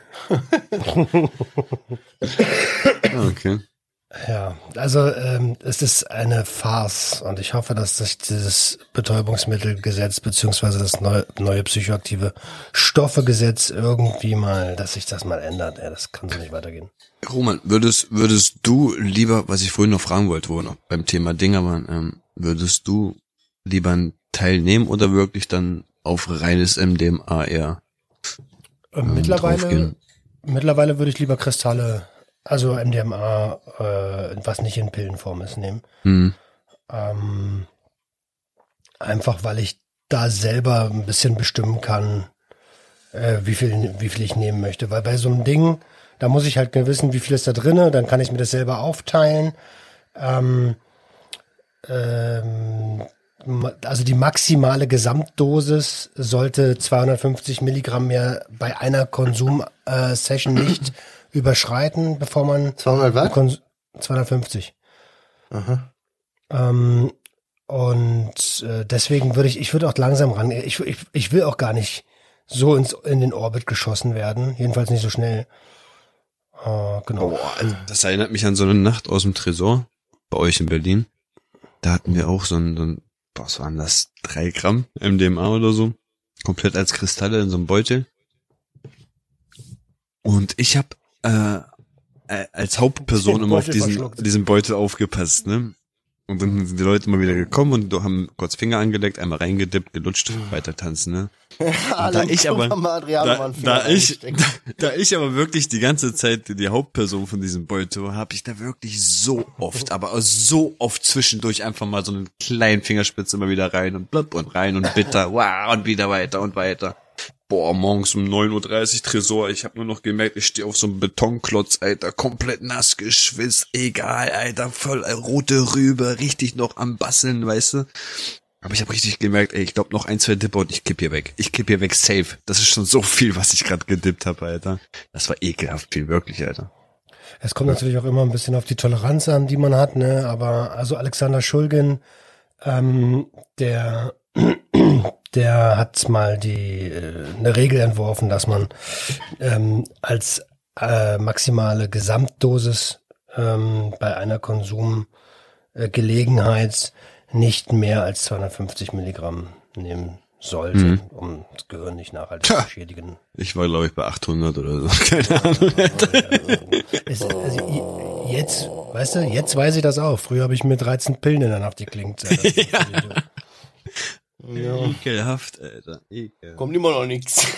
Okay. Ja, also ähm, es ist eine Farce und ich hoffe, dass sich dieses Betäubungsmittelgesetz beziehungsweise das neue, neue psychoaktive Stoffegesetz irgendwie mal, dass sich das mal ändert. Ja, das kann so nicht weitergehen. Roman, würdest, würdest du lieber, was ich vorhin noch fragen wollte, wo noch beim Thema Dingermann, ähm, würdest du lieber einen teilnehmen oder wirklich dann auf reines M D M A eher Ähm, ähm, mittlerweile, draufgehen? mittlerweile würde ich lieber Kristalle, also M D M A, äh, was nicht in Pillenform ist, nehmen. Hm. Ähm, einfach weil ich da selber ein bisschen bestimmen kann, äh, wie viel, wie viel ich nehmen möchte. Weil bei so einem Ding, da muss ich halt wissen, wie viel ist da drinne, dann kann ich mir das selber aufteilen. Ähm, ähm, ma- also die maximale Gesamtdosis sollte zweihundertfünfzig Milligramm mehr bei einer Konsum-Session nicht überschreiten, bevor man zweihundert was? Kons- zweihundertfünfzig. Aha. Ähm, und äh, deswegen würde ich, ich würde auch langsam ran. Ich, ich, ich will auch gar nicht so ins, in den Orbit geschossen werden. Jedenfalls nicht so schnell. Äh, genau. Boah, also das erinnert mich an so eine Nacht aus dem Tresor bei euch in Berlin. Da hatten wir auch so ein, so ein boah, was waren das? Drei Gramm M D M A oder so. Komplett als Kristalle in so einem Beutel. Und ich habe äh, äh, als Hauptperson Den immer auf Beutel diesen, verschluckt. diesen Beutel aufgepasst, ne? Und dann sind die Leute immer wieder gekommen und haben kurz Finger angelegt, einmal reingedippt, gelutscht, weiter tanzen, ne? Alle da ich aber, mal Adriano da, mal einen Finger da ich, reingesteckt. da ich aber wirklich die ganze Zeit die Hauptperson von diesem Beutel war, habe ich da wirklich so oft, aber so oft zwischendurch einfach mal so einen kleinen Fingerspitze immer wieder rein und blub und rein und bitter, wow, und wieder weiter und weiter. Boah, morgens um neun Uhr dreißig Tresor, ich habe nur noch gemerkt, ich stehe auf so einem Betonklotz, Alter, komplett nass geschwitzt, egal, Alter, voll äh, rote Rübe, richtig noch am Basteln, weißt du? Aber ich habe richtig gemerkt, ey, ich glaube noch ein, zwei Dipper und ich kipp hier weg. Ich kipp hier weg safe. Das ist schon so viel, was ich gerade gedippt habe, Alter. Das war ekelhaft viel, wirklich, Alter. Es kommt natürlich auch immer ein bisschen auf die Toleranz an, die man hat, ne? Aber also Alexander Schulgin, ähm, der der hat mal die äh, eine Regel entworfen, dass man ähm, als äh, maximale Gesamtdosis ähm, bei einer Konsumgelegenheit äh, nicht mehr als zweihundertfünfzig Milligramm nehmen sollte, mhm. um das Gehirn nicht nachhaltig Tja. zu schädigen. Ich war, glaube ich, bei achthundert oder so. Keine Ahnung. Es, also, jetzt, weißt du, jetzt weiß ich das auch. Früher habe ich mir dreizehn Pillen in der Nacht geklingt. Ja. Ja. Ekelhaft, Alter. Ekel. Kommt immer noch nichts.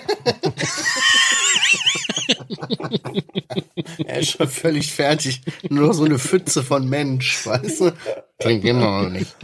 Er ist schon völlig fertig. Nur noch so eine Pfütze von Mensch, weißt du? Klingt immer noch nicht.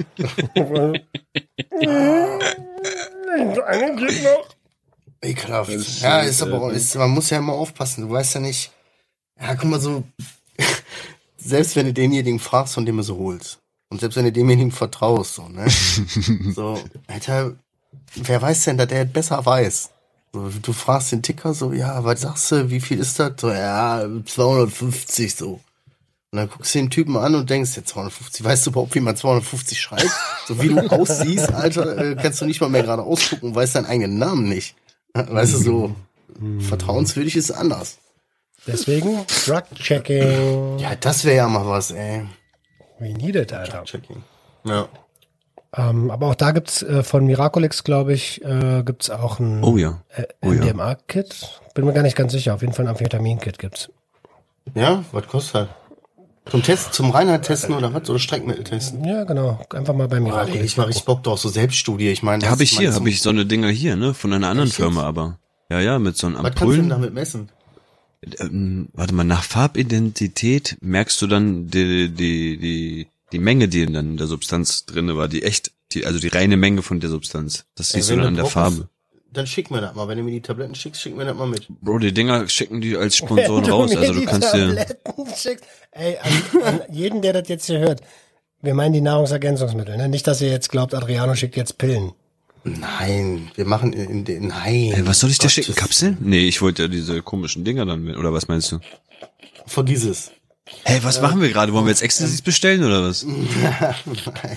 Eine geht noch. Ekelhaft. Ist ja, ist aber auch, ist, man muss ja immer aufpassen. Du weißt ja nicht. Ja, guck mal so. Selbst wenn du denjenigen fragst, von dem du so holst. Und selbst wenn du demjenigen vertraust, so, ne? So, Alter, wer weiß denn, dass der besser weiß? So, du fragst den Ticker so, ja, was sagst du, wie viel ist das? So, ja, zweihundertfünfzig, so. Und dann guckst du den Typen an und denkst, ja, zweihundertfünfzig, weißt du überhaupt, wie man zweihundertfünfzig schreibt? So wie du aussiehst, Alter, äh, kannst du nicht mal mehr gerade ausgucken, weißt deinen eigenen Namen nicht. Weißt du, so, vertrauenswürdig ist anders. Deswegen, Drug-Checking. Ja, das wäre ja mal was, ey. We need it, Alter. Drug-Checking. Ja. Ähm, aber auch da gibt's äh, von Miraculix, glaube ich, äh, gibt's auch ein oh ja. äh, oh M D M A-Kit. Bin mir gar nicht ganz sicher. Auf jeden Fall ein Amphetamin-Kit gibt's. Ja, was kostet das? Zum Testen, zum Reinheit testen oder was? Oder Streckmittel testen? Ja, genau. Einfach mal bei Miraculix. Oh, ich mal richtig Bock drauf, so Selbststudie. Ich meine, ja, habe ich hier, habe ich so eine Dinger hier, ne, von einer anderen Firma, aber ja, ja, mit so einem Ampullen. Was kannst du denn damit messen? Ähm, warte mal, nach Farbidentität merkst du dann die die die die Menge, die dann in der Substanz drinne war, die echt, die also die reine Menge von der Substanz. Das siehst Ey, du dann an der Farbe. Ist, dann schick mir das mal, wenn du mir die Tabletten schickst, schick mir das mal mit. Bro, die Dinger schicken die als Sponsoren raus, also du kannst dir schickst, ey, an, an jeden, der das jetzt hier hört, wir meinen die Nahrungsergänzungsmittel, ne? Nicht, dass ihr jetzt glaubt, Adriano schickt jetzt Pillen. Nein, wir machen in den, nein. Ey, was soll ich dir schicken? Kapseln? Nee, ich wollte ja diese komischen Dinger dann mit, oder was meinst du? Vergiss es. Hey, was äh, machen wir gerade? Wollen wir jetzt Ecstasy bestellen oder was? Nein.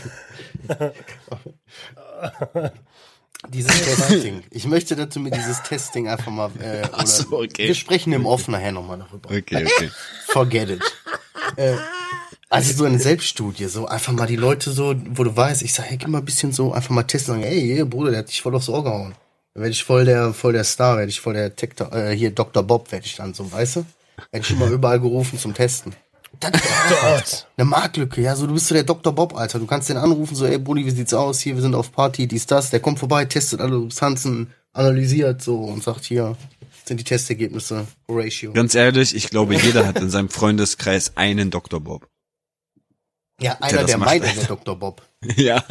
Dieses Testing. Ich möchte, dass du mir dieses Testing einfach mal, äh, oder so, okay. Wir sprechen im Off nachher nochmal darüber. Okay, okay. Forget it. äh, Also so eine Selbststudie, so einfach mal die Leute so, wo du weißt, ich sag, hey, gib mal ein bisschen so, einfach mal testen und sagen, ey, Bruder, der hat dich voll aufs Ohr gehauen. Dann werde ich voll der, voll der Star, werde ich voll der Tech, äh, hier Doktor Bob werde ich dann so, weißt du? Werde ich immer überall gerufen zum Testen. Das ist eine Marktlücke, ja, so, du bist so der Doktor Bob, Alter. Du kannst den anrufen, so, ey, Brudi, wie sieht's aus? Hier, wir sind auf Party, dies, das. Der kommt vorbei, testet alle Substanzen, analysiert so und sagt, hier sind die Testergebnisse, Ratio. Ganz ehrlich, ich glaube, jeder hat in seinem Freundeskreis einen Doktor Bob. Ja, einer, der, der meint, der Doktor Bob. Ja.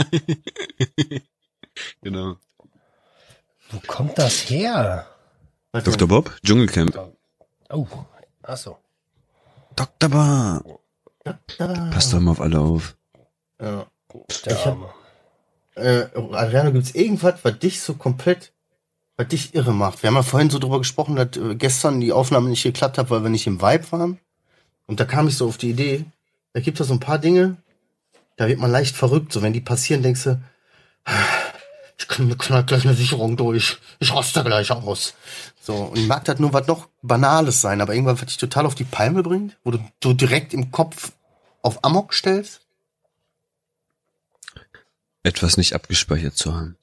Genau. Wo kommt das her? Doktor Bob? Dschungelcamp. Oh, ach so. Doktor Bob. Doktor. Passt doch mal auf alle auf. Ja. Ich hab, äh, Adriano, gibt's irgendwas, was dich so komplett, was dich irre macht? Wir haben ja vorhin so drüber gesprochen, dass äh, gestern die Aufnahme nicht geklappt hat, weil wir nicht im Vibe waren. Und da kam ich so auf die Idee, da gibt es so ein paar Dinge, da wird man leicht verrückt. So, wenn die passieren, denkst du, ich knall gleich eine Sicherung durch. Ich raste gleich aus. So, und mag das nur was noch Banales sein, aber irgendwann, was dich total auf die Palme bringt, wo du, du direkt im Kopf auf Amok stellst. Etwas nicht abgespeichert zu haben.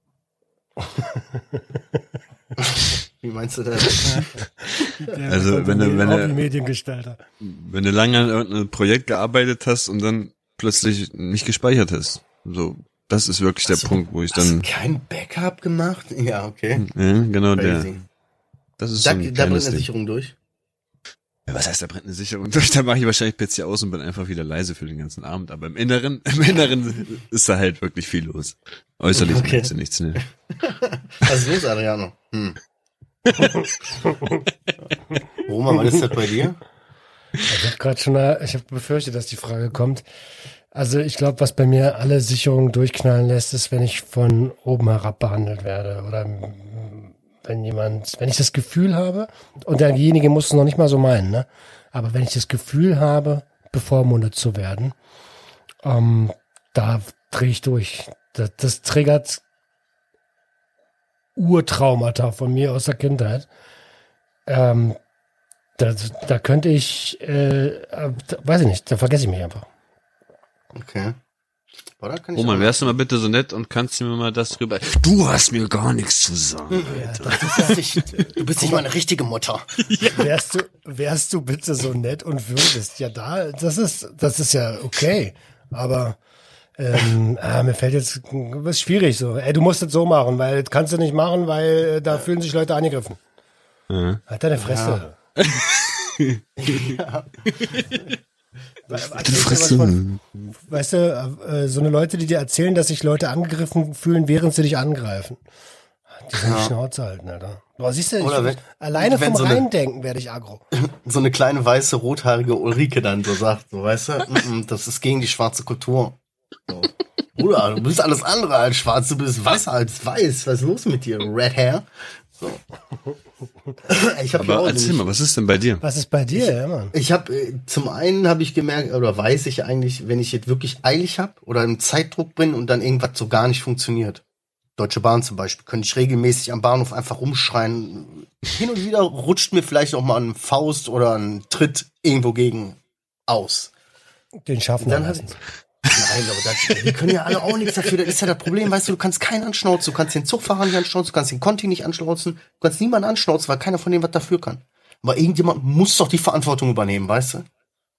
Wie meinst du das? Also, wenn du, wenn du, Mediengestalter. wenn du lange an irgendeinem Projekt gearbeitet hast und dann plötzlich nicht gespeichert hast. So, das ist wirklich hast der du, Punkt, wo ich hast dann. Du kein Backup gemacht? Ja, okay. Ja, genau, Crazy. der. Das ist da, so ein da brennt eine Ding. Sicherung durch. Ja, was heißt, da brennt eine Sicherung durch? Da mache ich wahrscheinlich P C aus und bin einfach wieder leise für den ganzen Abend. Aber im Inneren, im Inneren ist da halt wirklich viel los. Äußerlich Okay. merkst du nichts, ne? Was ist los, Adriano? Hm. Roma, was ist das bei dir? Ich habe gerade schon, ich habe befürchtet, dass die Frage kommt. Also ich glaube, was bei mir alle Sicherungen durchknallen lässt, ist, wenn ich von oben herab behandelt werde oder wenn jemand, wenn ich das Gefühl habe, und derjenige muss es noch nicht mal so meinen, ne? Aber wenn ich das Gefühl habe, bevormundet zu werden, ähm, da drehe ich durch. Das, das triggert Urtraumata von mir aus der Kindheit. Ähm, da, da könnte ich, äh, da, weiß ich nicht, da vergesse ich mich einfach. Okay. Oder kann ich Roman, auch- wärst du mal bitte so nett und kannst mir mal das rüber... Du hast mir gar nichts zu sagen. Ja, Du bist nicht, du bist nicht mal eine richtige Mutter. wärst du, wärst du bitte so nett und würdest, ja da, das ist, das ist ja okay, aber ähm, ah, mir fällt jetzt, das ist schwierig so, ey, du musst es so machen, weil das kannst du nicht machen, weil äh, da fühlen sich Leute angegriffen. Ja. Halt deine Fresse. Ja. Erzähl dir was von, weißt du, äh, so eine Leute, die dir erzählen, dass sich Leute angegriffen fühlen, während sie dich angreifen. Die sollen die Schnauze halten, Alter. Boah, siehst du, Oder ich, wenn- alleine wenn vom so eine- Reindenken werde ich aggro. So eine kleine weiße, rothaarige Ulrike dann so sagt, so, weißt du, mm, mm, das ist gegen die schwarze Kultur. So. Bruder, du bist alles andere als schwarz, du bist weißer als weiß. Was ist los mit dir, Red Hair? So. Ich hab ja Aber auch erzähl nämlich- mal, was ist denn bei dir? Was ist bei dir, ja, Mann? Ich habe äh, zum einen habe ich gemerkt oder weiß ich eigentlich, wenn ich jetzt wirklich eilig habe oder im Zeitdruck bin und dann irgendwas so gar nicht funktioniert. Deutsche Bahn zum Beispiel, könnte ich regelmäßig am Bahnhof einfach rumschreien. Hin und wieder rutscht mir vielleicht auch mal ein Faust oder ein Tritt irgendwo gegen aus. Den schaffen wir Dann meistens. Nein, aber das, die können ja alle auch nichts dafür. Das ist ja das Problem, weißt du, du kannst keinen anschnauzen, du kannst den Zugfahrer nicht anschnauzen, du kannst den Conti nicht anschnauzen, du kannst niemanden anschnauzen, weil keiner von denen was dafür kann. Aber irgendjemand muss doch die Verantwortung übernehmen, weißt du?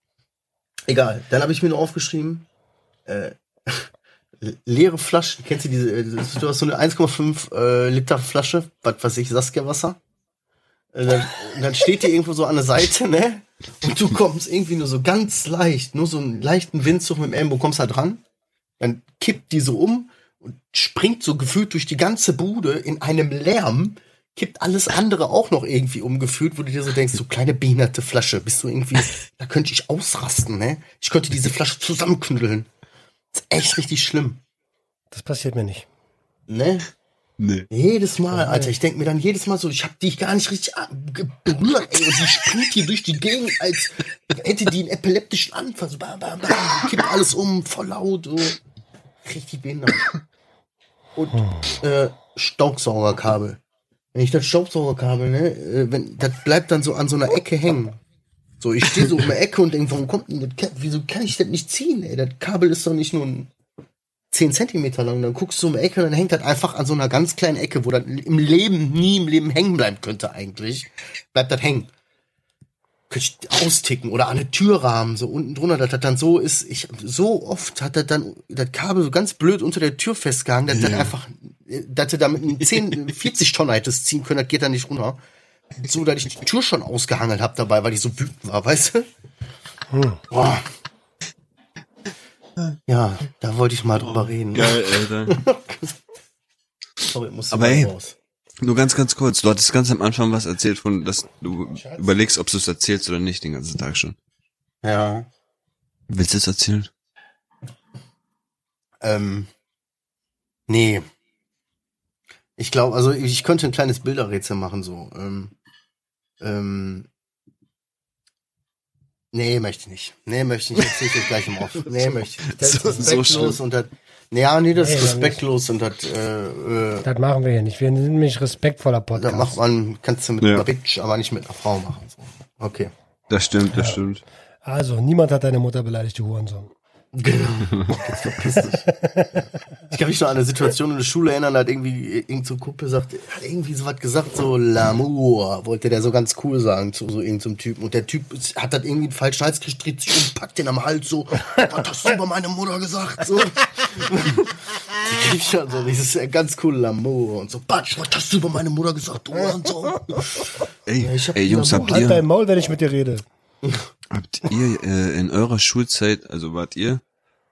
Egal, dann habe ich mir nur aufgeschrieben, äh, leere Flaschen, kennst du diese, äh, du hast so eine eins Komma fünf äh, Liter Flasche, was weiß ich, Saskia-Wasser. Äh, dann, dann steht die irgendwo so an der Seite, ne? Und du kommst irgendwie nur so ganz leicht, nur so einen leichten Windzug mit dem Ellenbogen, kommst halt dran, dann kippt die so um und springt so gefühlt durch die ganze Bude in einem Lärm, kippt alles andere auch noch irgendwie umgefühlt, wo du dir so denkst, so kleine behinderte Flasche, bist du irgendwie, da könnte ich ausrasten, ne? Ich könnte diese Flasche zusammenknüdeln. Das ist echt richtig schlimm, Das passiert mir nicht. ne? Nee. Jedes Mal, Alter. Ich denke mir dann jedes Mal so, ich hab die gar nicht richtig a- ge- berührt, ey. Und die springt hier durch die Gegend, als hätte die einen epileptischen Anfall. So, bam, bam, bam. Kippt alles um, voll laut. So. Richtig behindert. Und äh, Staubsaugerkabel. Wenn ich das Staubsaugerkabel, ne, äh, wenn, das bleibt dann so an so einer Ecke hängen. So, ich stehe so um eine Ecke und denke, warum kommt denn das Kabel? Wieso kann ich das nicht ziehen, ey? Das Kabel ist doch nicht nur ein zehn Zentimeter lang, dann guckst du um die Ecke und dann hängt das einfach an so einer ganz kleinen Ecke, wo das im Leben, nie im Leben hängen bleiben könnte eigentlich. Bleibt das hängen. Könnte ich austicken oder an eine Türrahmen, so unten drunter, dass das dann so ist. Ich, so oft hat das dann, das Kabel so ganz blöd unter der Tür festgehangen, dass das einfach, dass du damit einen zehn, vierzig Tonnen hättest ziehen können, das geht dann nicht runter. So, dass ich die Tür schon ausgehangelt habe dabei, weil ich so wütend war, weißt du? Boah. Ja, da wollte ich mal drüber reden. Geil, Alter. Sorry, muss Aber mal ey. raus. Nur ganz, ganz kurz. Du hattest ganz am Anfang was erzählt von, dass du überlegst, ob du es erzählst oder nicht den ganzen Tag schon. Ja. Willst du es erzählen? Ähm. Nee. Ich glaube, also ich könnte ein kleines Bilderrätsel machen, so. Ähm. Ähm. Nee, möchte ich nicht. Nee, möchte ich nicht. Erzähl ich euch gleich im Off. Nee, möchte ich nicht. Das ist So- so respektlos schlimm. und das. Ja, nee, das Nee, ist dann respektlos und das, äh, äh, Das machen wir hier nicht. Wir sind nämlich respektvoller da Podcast. macht man, kannst du mit Ja. einer Bitch, aber nicht mit einer Frau machen. So. Okay. Das stimmt, das stimmt. Also, niemand hat deine Mutter beleidigt, du Hurensohn. Genau. Jetzt verpiss dich. Ich kann mich noch an eine Situation in der Schule erinnern, da hat irgendwie irgend so ein Kumpel sagt, hat irgendwie so was gesagt, so L'amour, wollte der so ganz cool sagen zu so irgendeinem Typen. Und der Typ hat das irgendwie einen falschen Hals gekriegt, dreht sich um, packt den am Hals so, was hast du über meine Mutter gesagt? So. Die kriegt schon so dieses äh, ganz coole L'amour und so, Batsch, was hast du über meine Mutter gesagt? Du und so. Ey, Ja, ich hab ey Jungs, wieder habt Halt ihr, dein Maul, wenn ich mit dir rede. habt ihr äh, in eurer Schulzeit, also wart ihr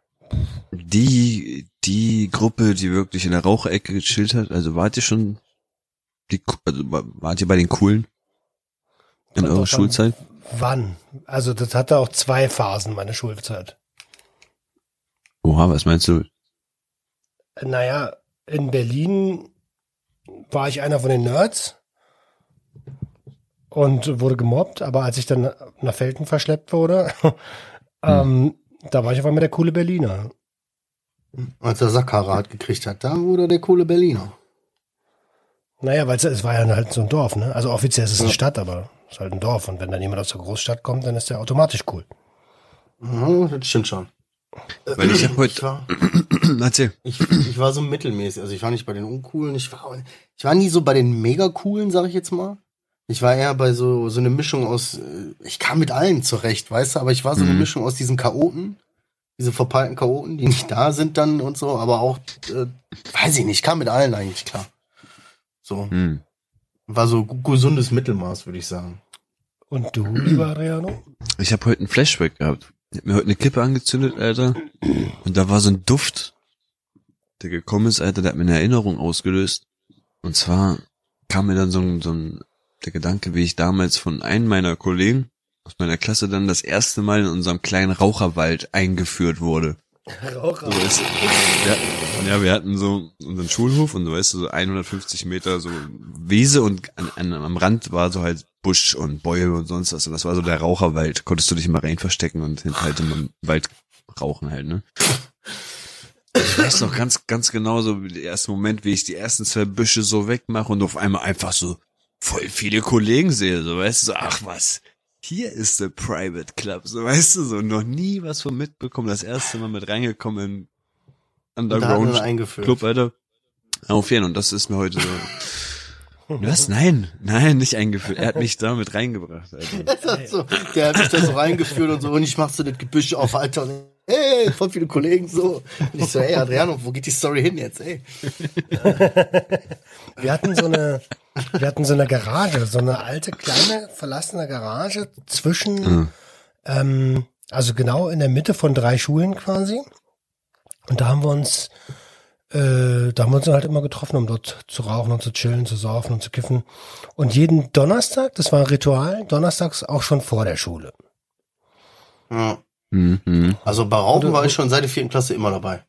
die, die Gruppe, die wirklich in der Raucherecke gechillt hat? Also wart ihr schon, die, also wa- wart ihr bei den Coolen in Kommt eurer drauf an, Schulzeit? Wann? Also, das hatte auch zwei Phasen, meine Schulzeit. Oha, was meinst du? Naja, in Berlin war ich einer von den Nerds und wurde gemobbt, aber als ich dann nach Velten verschleppt wurde, ähm, da war ich auf einmal der coole Berliner. Als er Sackhaare gekriegt hat, da wurde der coole Berliner. Naja, weil es, es war ja halt so ein Dorf, ne? Also offiziell ist es eine Stadt, aber es ist halt ein Dorf. Und wenn dann jemand aus der Großstadt kommt, dann ist der automatisch cool. Ja, das stimmt schon. Weil ich habe heute... Ich war, Erzähl. ich, ich war so mittelmäßig. Also ich war nicht bei den Uncoolen. Ich war, ich war nie so bei den Mega-Coolen, sag ich jetzt mal. Ich war eher bei so, so eine Mischung aus... Ich kam mit allen zurecht, weißt du? Aber ich war so eine Mhm. Mischung aus diesen Chaoten. Diese verpeilten Chaoten, die nicht da sind dann und so. Aber auch, äh, weiß ich nicht, ich kam mit allen eigentlich klar. So. Hm. War so gu- gesundes Mittelmaß, würde ich sagen. Und du, lieber Adriano? Ich habe heute einen Flashback gehabt. Ich hab mir heute eine Kippe angezündet, Alter. Und da war so ein Duft, der gekommen ist, Alter, der hat mir eine Erinnerung ausgelöst. Und zwar kam mir dann so ein, so ein der Gedanke, wie ich damals von einem meiner Kollegen aus meiner Klasse dann das erste Mal in unserem kleinen Raucherwald eingeführt wurde. Raucher. So, weißt du, wir, ja, wir hatten so unseren Schulhof und du weißt so hundertfünfzig Meter so Wiese und an, an, am Rand war so halt Busch und Bäume und sonst was und das war so der Raucherwald. Konntest du dich mal rein verstecken und halt im Wald rauchen halt, ne? Ich weiß noch ganz, ganz genau so der erste Moment, wie ich die ersten zwei Büsche so wegmache und auf einmal einfach so voll viele Kollegen sehe, so weißt du, so, ach was, hier ist der Private Club, so weißt du, so noch nie was von mitbekommen, das erste Mal mit reingekommen in Und da hat man Underground eingeführt. Club, Alter. Auf jeden Fall, und das ist mir heute so. Was? Nein, nein, nicht eingeführt. Er hat mich da mit reingebracht, Alter. Das ist so, der hat mich da so reingeführt und so, und ich mach so das Gebüsch auf, Alter. Und, hey, voll viele Kollegen so. Und ich so, ey, Adriano, wo geht die Story hin jetzt, ey? Wir hatten so eine, wir hatten so eine Garage, so eine alte, kleine, verlassene Garage zwischen, Mhm. ähm, also genau in der Mitte von drei Schulen quasi. Und da haben wir uns, äh, da haben wir uns halt immer getroffen, um dort zu rauchen und zu chillen, zu saufen und zu kiffen. Und jeden Donnerstag, das war ein Ritual, donnerstags auch schon vor der Schule. Ja. Mhm. Also bei Rauchen war ich schon seit der vierten Klasse immer dabei.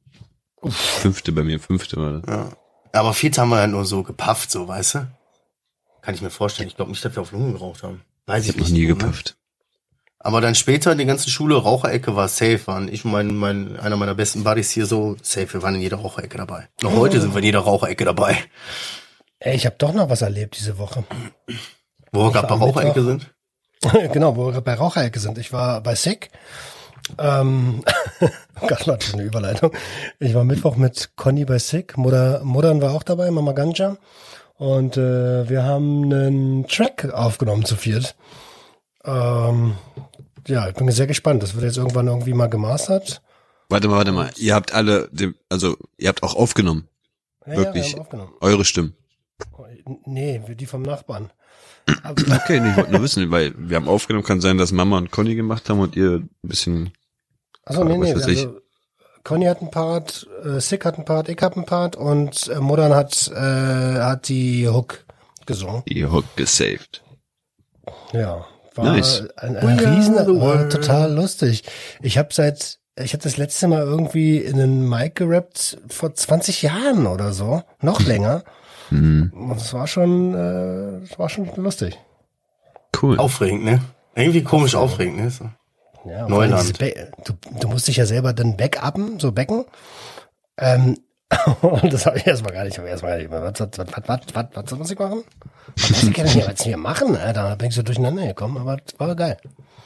Fünfte bei mir, fünfte war das. Ja. Aber vierte haben wir ja nur so gepafft, so, weißt du? Kann ich mir vorstellen. Ich glaube nicht, dass wir auf Lungen geraucht haben. Weiß Ich ich hab noch nicht. nie so, ne? gepafft. Aber dann später in der ganzen Schule, Raucherecke war safe, waren ich und mein, mein, einer meiner besten Buddies hier so, safe, wir waren in jeder Raucherecke dabei. Noch heute sind wir in jeder Raucherecke dabei. Ey, ich habe doch noch was erlebt diese Woche. Wo wir Ich gerade bei war am Raucherecke Mittwoch- sind. Genau, wo wir gerade bei Raucherecke sind. Ich war bei Sick. Ähm, Gott, war das eine Überleitung. Ich war Mittwoch mit Conny bei Sick. Mutter, Muttern war auch dabei, Mama Ganja. Und äh, wir haben einen Track aufgenommen zu viert. Ähm, ja, ich bin sehr gespannt. Das wird jetzt irgendwann irgendwie mal gemastert. Warte mal, warte mal. Ihr habt alle, dem, also ihr habt auch aufgenommen, Ja, Wirklich? Ja, wir haben aufgenommen. eure Stimmen. Nee, die vom Nachbarn. Aber, Okay, nee, ich wollte nur wissen, weil wir haben aufgenommen, kann sein, dass Mama und Conny gemacht haben und ihr ein bisschen. achso, nee, Was nee. weiß ich. Also, Conny hat einen Part, äh, Sick hat einen Part, ich hab einen Part und äh, Muttern hat, äh, hat die Hook gesungen. Die Hook gesaved. Ja, war Nice. ein, We ein are Riesen, the war world. total lustig. Ich habe seit, ich habe das letzte Mal irgendwie in einen Mic gerappt vor zwanzig Jahren oder so, noch länger. Mhm. Und es war schon, äh, es war schon lustig. Cool. Aufregend, ne? Irgendwie komisch aufregend, ne? So. Ja, und Neuland. vor allem dieses Be- Du, du musst dich ja selber dann backuppen, so becken. Ähm, und das habe ich erstmal gar nicht, ich hab erstmal gar nicht, was, was, was, was, was, was, was muss ich machen? Was muss ich denn hier, was hier machen, Alter? Da bin ich so durcheinander gekommen, aber das war geil.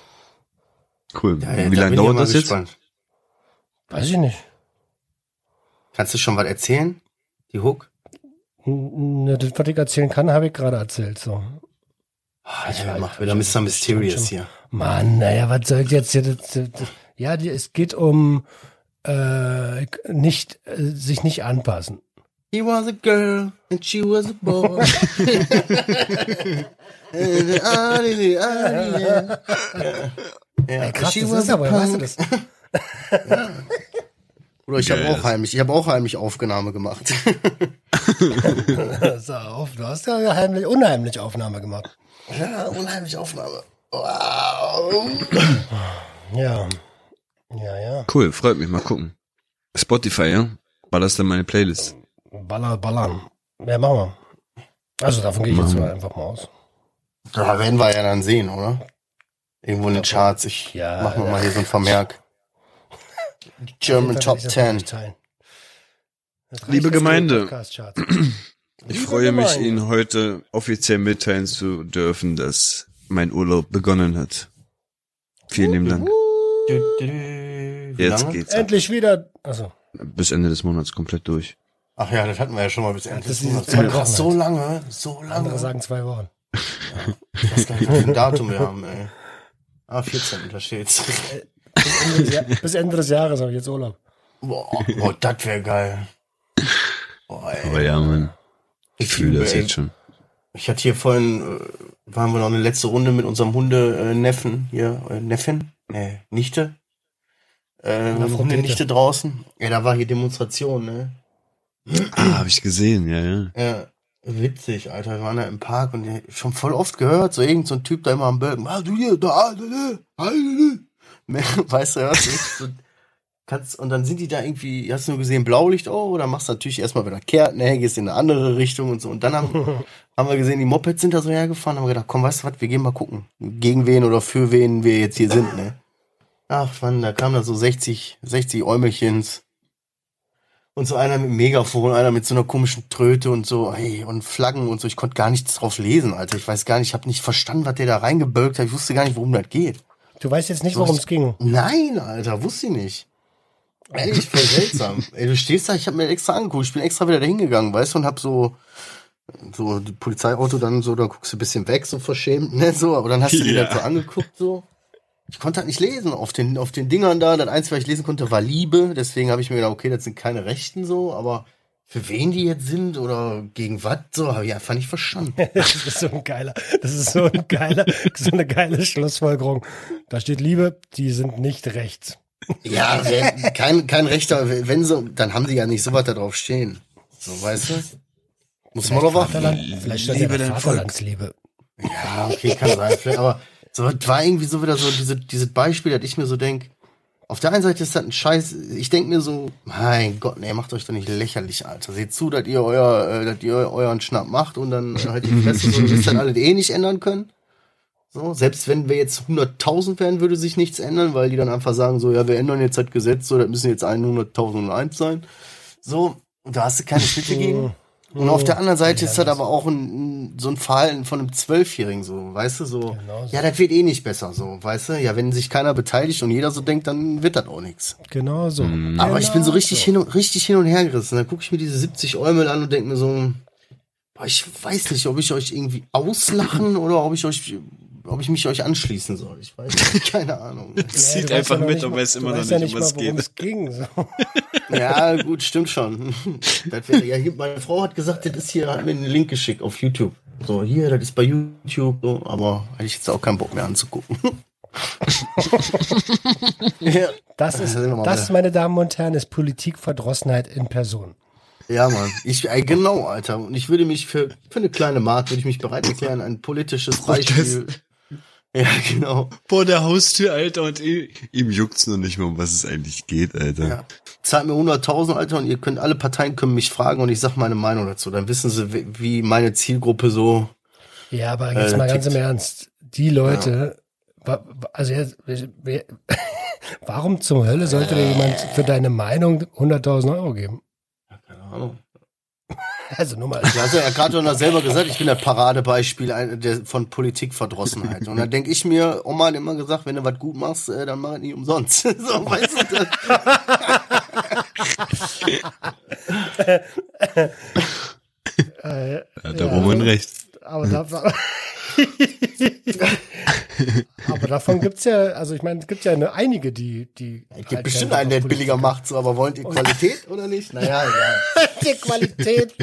Cool. Ja, Wie da lange bin ich dauert mal das jetzt? gespannt. Weiß ich nicht. Kannst du schon was erzählen? Die Hook? Ne, das, was ich erzählen kann, habe ich gerade erzählt, so. Ah, ja, mach wieder Mister Mysterious hier. Mann, naja, was soll ich jetzt hier, das, das, das, ja, die, es geht um, äh, nicht, äh, sich nicht anpassen. He was a girl and she was a boy. Ja, Ey, krass, she das was ist a aber, weißt du punk. das? Oder ich habe Geil. auch heimlich, ich habe auch heimlich Aufnahme gemacht. So, auf, du hast ja heimlich, unheimlich Aufnahme gemacht. Ja, unheimlich Aufnahme. Wow. Ja. Ja, ja. Cool, freut mich, mal gucken. Spotify, ja? War das dann meine Playlist? Baller, ballern. Ja, machen wir. Also davon gehe ich jetzt mal einfach mal aus. Da werden wir ja dann sehen, oder? Irgendwo in den Charts. Ich Ja, mach noch mal hier so ein Vermerk. German Top Ten. Liebe Gemeinde, ich Liebe freue mich, Gemeinde. Ihnen heute offiziell mitteilen zu dürfen, dass mein Urlaub begonnen hat. Vielen lieben Dank. Wie Jetzt lange? geht's ab. Endlich wieder. Also, Bis Ende des Monats komplett durch. Ach ja, das hatten wir ja schon mal bis Ende das des ist Monats. diese zwei Krass, Wochen so halt. lange, so lange. andere sagen zwei Wochen. Ich weiß gar nicht, welches Datum wir haben, ey. Ah, vierzehn, da steht's. Bis Ende des, Jahr, bis Ende des Jahres habe ich jetzt Urlaub. Boah, boah das wäre geil. Boah, ey. Aber ja, Mann, ich Ich fühle liebe, das ey. jetzt schon. Ich hatte hier vorhin, äh, waren wir noch eine letzte Runde mit unserem Hunde-Neffen, hier, äh, Neffin? Nee, Nichte. Äh, Na, Frau Hunde-Nichte draußen. Ja, da war hier Demonstration, ne? Ah, habe ich gesehen, ja, ja. Ja, witzig, Alter. Wir waren da im Park und die- schon voll oft gehört, so irgend so ein Typ da immer am Bölken. Ah, du hier, da, da, da, da, da. Weißt du, hörst du? So, kannst, und dann sind die da irgendwie, hast du nur gesehen, Blaulicht, oh, dann machst du natürlich erstmal wieder kehrt, ne, gehst in eine andere Richtung und so. Und dann haben, haben wir gesehen, die Mopeds sind da so hergefahren, haben wir gedacht, komm, weißt du was, wir gehen mal gucken, gegen wen oder für wen wir jetzt hier sind, ne. Ach, Mann, da kamen da so sechzig, sechzig Äumelchens. Und so einer mit einem Megafon, einer mit so einer komischen Tröte und so, ey, und Flaggen und so. Ich konnte gar nichts drauf lesen, Alter. Ich weiß gar nicht, ich habe nicht verstanden, was der da reingebölkt hat. Ich wusste gar nicht, worum das geht. Du weißt jetzt nicht, worum es ging. Nein, Alter, wusste ich nicht. Ehrlich, voll seltsam. Ey, du stehst da, ich habe mir extra angeguckt, ich bin extra wieder da hingegangen, weißt du, und hab so, so die Polizeiauto dann so, dann guckst du ein bisschen weg, so verschämt, ne, so, aber dann hast du dir Ja. das so angeguckt, so. Ich konnte halt nicht lesen auf den, auf den Dingern da. Das Einzige, was ich lesen konnte, war Liebe. Deswegen habe ich mir gedacht, okay, das sind keine Rechten so, aber für wen die jetzt sind oder gegen was so, habe ich einfach nicht verstanden. Das ist so ein geiler, das ist so ein geiler, so eine geile Schlussfolgerung. Da steht Liebe, die sind nicht rechts. Ja, wer, kein, kein Rechter, wenn so, dann haben die ja nicht so was da drauf stehen. So, weißt du? Muss man doch warten. Vaterland, vielleicht steht Liebe ja dein Vaterlandsliebe. Ja, okay, kann sein. Vielleicht, aber so, das war irgendwie so wieder so diese, dieses Beispiel, dass ich mir so denk, auf der einen Seite ist das ein Scheiß, ich denk mir so, mein Gott, nee, macht euch doch nicht lächerlich, Alter. Seht zu, dass ihr euer, äh, dass ihr euren Schnapp macht und dann äh, halt die Fresse, so, ihr wisst dann alle eh nicht ändern können. So, selbst wenn wir jetzt hunderttausend wären, würde sich nichts ändern, weil die dann einfach sagen so, ja, wir ändern jetzt das Gesetz, so, das müssen jetzt hunderttausend sein. So, und da hast du keine Schnitte gegen. Und auf der anderen Seite ist das aber auch ein, so ein Verhalten von einem Zwölfjährigen, so, weißt du, so, Genau so. ja, das wird eh nicht besser, so, weißt du, ja, wenn sich keiner beteiligt und jeder so denkt, dann wird das auch nichts. Genau so. Aber ich bin so richtig so. hin und, richtig hin und her gerissen. Dann gucke ich mir diese siebzig Eumel an und denke mir so, boah, ich weiß nicht, ob ich euch irgendwie auslachen oder ob ich euch, ob ich mich euch anschließen soll. Ich weiß nicht, keine Ahnung. Ja, Zieht du weißt einfach ja noch mit nicht und mal- weiß du immer noch weißt ja nicht, um was mal, worum geht. es ging. So. Ja, gut, stimmt schon. Das wäre, ja, hier, meine Frau hat gesagt, das ist hier, hat mir einen Link geschickt auf YouTube. So, hier, das ist bei YouTube, so, aber hätte ich jetzt auch keinen Bock mehr anzugucken. Ja. Das ist, Da sind wir mal das, wieder. meine Damen und Herren, ist Politikverdrossenheit in Person. Ja, Mann. Ich, ey, genau, Alter. Und ich würde mich für, für eine kleine Mark, würde ich mich bereit erklären, ein politisches Beispiel. Ja, genau. Vor der Haustür, Alter, und ihm juckt's noch nicht mal, um was es eigentlich geht, Alter. Ja. Zahlt mir hunderttausend, Alter, und ihr könnt, alle Parteien können mich fragen und ich sag meine Meinung dazu. Dann wissen sie, wie- wie meine Zielgruppe so. Ja, aber jetzt Äh, mal ganz tickt. im Ernst. Die Leute, wa- wa- also jetzt, wer- wer- warum zum Hölle sollte dir jemand für deine Meinung hunderttausend Euro geben? Keine Ahnung. Also nur mal. Ja, also er hat gerade noch selber gesagt, ich bin das Paradebeispiel ein- der, von Politikverdrossenheit. Und dann denke ich mir, Oma hat immer gesagt, wenn du was gut machst, äh, dann mach es nicht umsonst. So, weißt du das? Äh, Hat der Roman recht. aber, da, aber davon gibt's ja, also ich meine, es gibt ja eine, einige, die, die. Es gibt bestimmt einen, der billiger macht, so, aber wollt ihr Qualität oder nicht? Naja, egal. Die Qualität.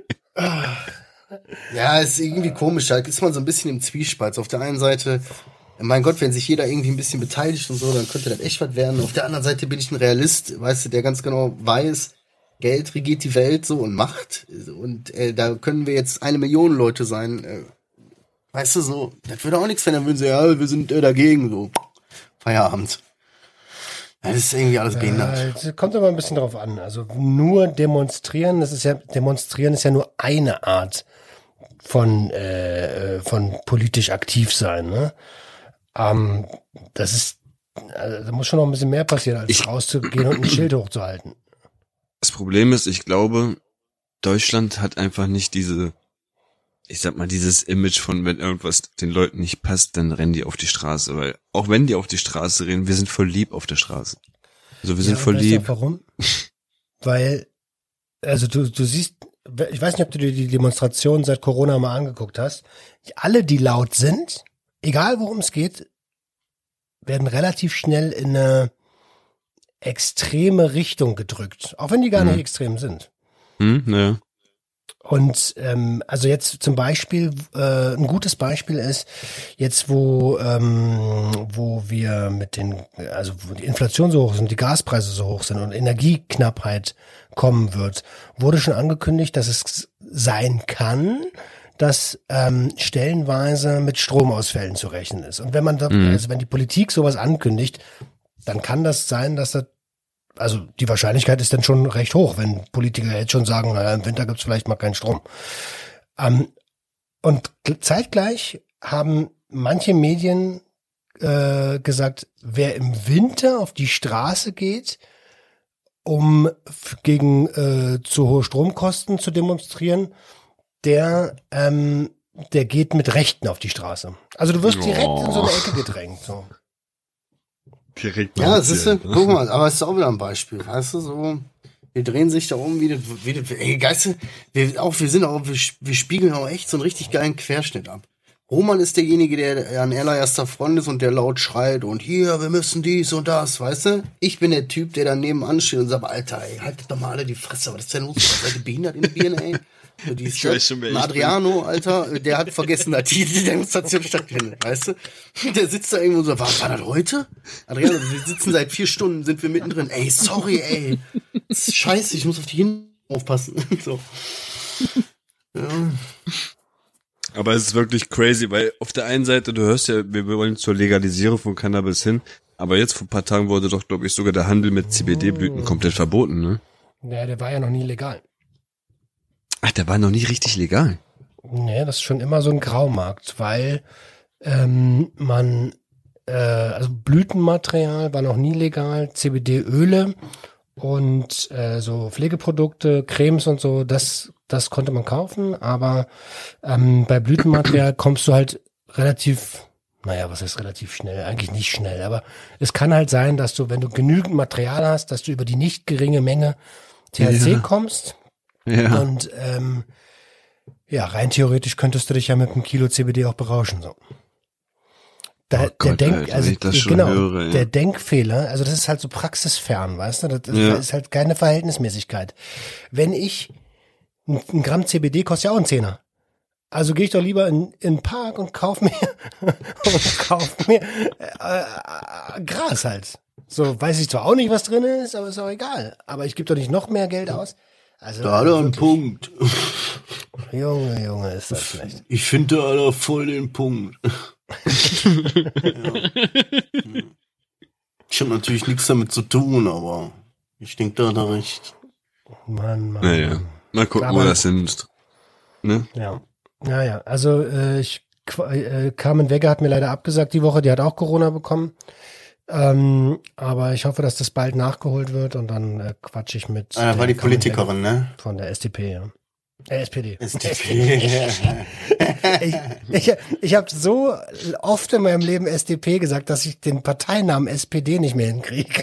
Ja, ist irgendwie komisch. Da ist man so ein bisschen im Zwiespalt. Auf der einen Seite, mein Gott, wenn sich jeder irgendwie ein bisschen beteiligt und so, dann könnte das echt was werden. Auf der anderen Seite bin ich ein Realist, weißt du, der ganz genau weiß, Geld regiert die Welt so und Macht. Und äh, da können wir jetzt eine Million Leute sein. Äh, weißt du, so, das würde auch nichts werden, dann würden sie, ja, wir sind äh, dagegen, so. Feierabend. Das ist irgendwie alles behindert. Äh, kommt aber ein bisschen drauf an. Also nur demonstrieren, das ist ja, demonstrieren ist ja nur eine Art von, äh, von politisch aktiv sein, ne? Ähm, das ist also, da muss schon noch ein bisschen mehr passieren, als Ich- rauszugehen und ein Schild hochzuhalten. Das Problem ist, ich glaube, Deutschland hat einfach nicht diese, ich sag mal, dieses Image von, wenn irgendwas den Leuten nicht passt, dann rennen die auf die Straße, weil auch wenn die auf die Straße rennen, wir sind voll lieb auf der Straße. Also wir sind Ja, voll weißt du lieb. auch warum? Weil, also du, du siehst, ich weiß nicht, ob du dir die Demonstrationen seit Corona mal angeguckt hast. Alle, die laut sind, egal worum es geht, werden relativ schnell in eine extreme Richtung gedrückt. Auch wenn die gar Mhm. nicht extrem sind. Hm, naja. Und ähm, also jetzt zum Beispiel, äh, ein gutes Beispiel ist, jetzt wo ähm, wo wir mit den, also wo die Inflation so hoch ist und die Gaspreise so hoch sind und Energieknappheit kommen wird, wurde schon angekündigt, dass es sein kann, dass ähm, stellenweise mit Stromausfällen zu rechnen ist. Und wenn man da, Mhm. also wenn die Politik sowas ankündigt, dann kann das sein, dass das, also die Wahrscheinlichkeit ist dann schon recht hoch, wenn Politiker jetzt schon sagen, naja, im Winter gibt's vielleicht mal keinen Strom. Ähm, und gl- zeitgleich haben manche Medien äh, gesagt, wer im Winter auf die Straße geht, um f- gegen äh, zu hohe Stromkosten zu demonstrieren, der ähm, der geht mit Rechten auf die Straße. Also du wirst direkt Oh. in so eine Ecke gedrängt. So. Direkt Ja, das ist, guck mal, aber es ist auch wieder ein Beispiel, weißt du, so, wir drehen sich da um, wie, das- wie, das- ey, Geister, wir, auch, wir sind auch, wir, wir spiegeln auch echt so einen richtig geilen Querschnitt ab. Roman ist derjenige, der an allererster Front ist und der laut schreit und hier, wir müssen dies und das, weißt du? Ich bin der Typ, der dann nebenan steht und sagt, Alter, ey, haltet doch mal alle die Fresse, was ist denn los? Seid ihr behindert in den Birnen, ey? So, die Ich weiß schon, wer ein ich Adriano, Alter, der hat vergessen, dass die die Demonstration stattfindet, weißt du? Der sitzt da irgendwo so, war, war das heute? Adriano, wir sitzen seit vier Stunden, sind wir mittendrin. Ey, sorry, ey. Das ist scheiße, ich muss auf die hin aufpassen. So. Ja. Aber es ist wirklich crazy, weil auf der einen Seite, du hörst ja, wir wollen zur Legalisierung von Cannabis hin, aber jetzt vor ein paar Tagen wurde doch, glaube ich, sogar der Handel mit C B D-Blüten komplett verboten, ne? Ja, der war ja noch nie legal. Ach, der war noch nie richtig legal. Nee, das ist schon immer so ein Graumarkt, weil ähm, man, äh, also Blütenmaterial war noch nie legal, C B D-Öle und äh, so Pflegeprodukte, Cremes und so, das, das konnte man kaufen, aber ähm, bei Blütenmaterial kommst du halt relativ, naja, was heißt relativ schnell? Eigentlich nicht schnell, aber es kann halt sein, dass du, wenn du genügend Material hast, dass du über die nicht geringe Menge T H C Ja. kommst. Ja. Und ähm, ja, rein theoretisch könntest du dich ja mit einem Kilo C B D auch berauschen. So. Da, Oh der Gott, Denk, Alter, also wenn ich das schon genau, höre, ja. der Denkfehler, also das ist halt so praxisfern, weißt du? Das, das Ja. ist halt keine Verhältnismäßigkeit. Wenn ich ein, ein Gramm C B D kostet ja auch einen Zehner. Also gehe ich doch lieber in, in den Park und kauf mir und kauf mir äh, äh, Gras halt. So weiß ich zwar auch nicht, was drin ist, aber ist auch egal. Aber ich gebe doch nicht noch mehr Geld aus. Also Da hat er einen wirklich, Punkt. Junge, Junge, ist das schlecht. Ich finde, da hat er voll den Punkt. Ja. Ich habe natürlich nichts damit zu tun, aber ich denke, da hat er recht. Mann, Mann. Naja. Mann. Mal gucken, Aber- wo das hin ist. Ne? Ja. Ja, ja. Also äh, ich Qu- äh, Carmen Wegge hat mir leider abgesagt die Woche, die hat auch Corona bekommen. Ähm, aber ich hoffe, dass das bald nachgeholt wird und dann äh, quatsch ich mit. Ah, der war die Carmen Politikerin, ne? Wegge Von der S D P, ja. Äh, S P D. S D P. Ich, ich, ich habe so oft in meinem Leben S D P gesagt, dass ich den Parteinamen S P D nicht mehr hinkriege.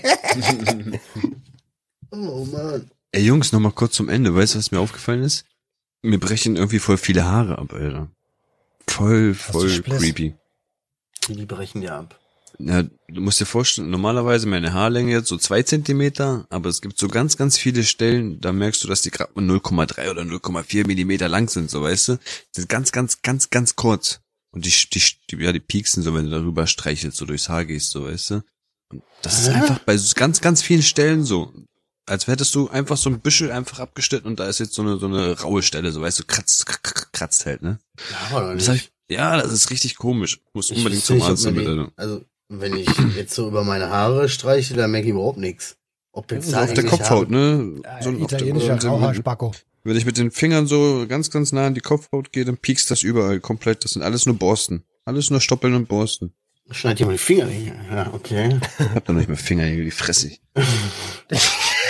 Oh Mann. Ey Jungs, noch mal kurz zum Ende. Weißt du, was mir aufgefallen ist? Mir brechen irgendwie voll viele Haare ab, Alter. Voll, du voll Spliss? creepy. Die brechen ja ab. Ja, du musst dir vorstellen, normalerweise meine Haarlänge jetzt so zwei Zentimeter, aber es gibt so ganz, ganz viele Stellen, da merkst du, dass die gerade mal null Komma drei oder null Komma vier Millimeter lang sind, so weißt du. Die sind ganz, ganz, ganz, ganz kurz. Und die, die, die, ja, die pieksen so, wenn du darüber streichelst, so durchs Haar gehst, so weißt du. Und das ist Hä? einfach bei so ganz, ganz vielen Stellen so. Als hättest du einfach so ein Büschel einfach abgeschnitten und da ist jetzt so eine, so eine raue Stelle, so weißt du, kratzt, kratzt halt, ne? Ja, aber doch Das hab nicht. ich, ja, das ist richtig komisch. Muss Ich unbedingt wüsste zum nicht, ob Arzt mir damit, die- Alter. Also, wenn ich jetzt so über meine Haare streiche, dann merke ich überhaupt nichts. Ob jetzt So da auf der irgendwelche Kopfhaut, ne? Äh, So auf der- italienischer so- Rauhaarspacko. Wenn ich mit den Fingern so ganz, ganz nah an die Kopfhaut gehe, dann piekst das überall komplett. Das sind alles nur Borsten. Alles nur Stoppeln und Borsten. Schneid dir mal die Fingernägel. Ja, okay. Ich hab doch nicht mehr Fingernägel, die fresse ich. Das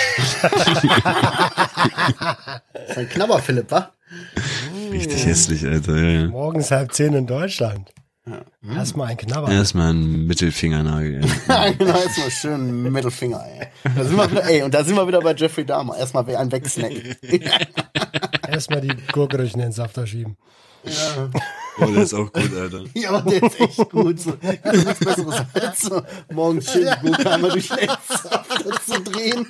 ist ein Knabber-Philipp, wa? Richtig hässlich, Alter. Ja, ja. Morgens halb zehn in Deutschland. Ja. Erstmal ein Knabber. Erstmal ein Mittelfingernagel. Ja, genau, erstmal schön Mittelfinger, ey. Da sind wir wieder, ey, und da sind wir wieder bei Jeffrey Dahmer. Erstmal ein Wegsnack. Erstmal die Gurke durch den Safter schieben. Ja. Oh, der ist auch gut, Alter. Ja, der ist echt gut. So. Das ist nichts Besseres als so morgens schön die Gurke einmal durch den Safter zu drehen.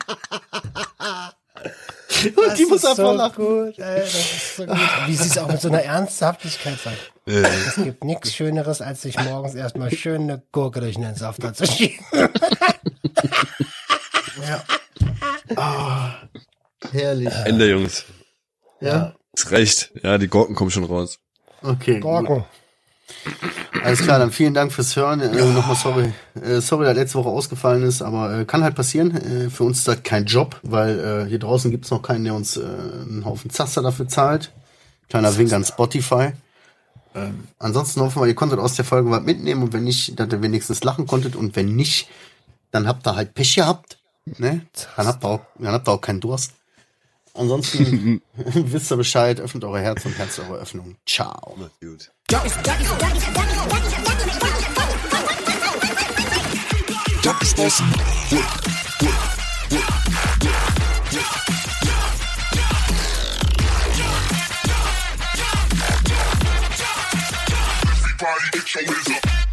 Und Das die muss ist einfach so lachen. gut, ey, das ist so gut. Wie sie es auch mit so einer Ernsthaftigkeit sagt. Äh, Es gibt nichts Schöneres, als sich morgens erstmal schön eine Gurke durch den Safter zu schieben. Ja. Ah, herrlich. Ende, Jungs. Ja. Es reicht. Ja, die Gurken kommen schon raus. Okay. Gut. Gurken. Alles klar, dann vielen Dank fürs Hören. Äh, Nochmal sorry, äh, sorry, dass letzte Woche ausgefallen ist, aber äh, kann halt passieren. Äh, für uns ist das kein Job, weil äh, hier draußen gibt's noch keinen, der uns äh, einen Haufen Zaster dafür zahlt. Kleiner Wink an Spotify. Ähm, ansonsten hoffen wir, ihr konntet aus der Folge was mitnehmen und wenn nicht, dass ihr wenigstens lachen konntet und wenn nicht, dann habt ihr halt Pech gehabt. Ne? Dann habt ihr auch, dann habt ihr auch keinen Durst. Ansonsten wisst ihr Bescheid, öffnet eure Herz und Herz eure Öffnung. Ciao. Macht's gut. Everybody get your hands up.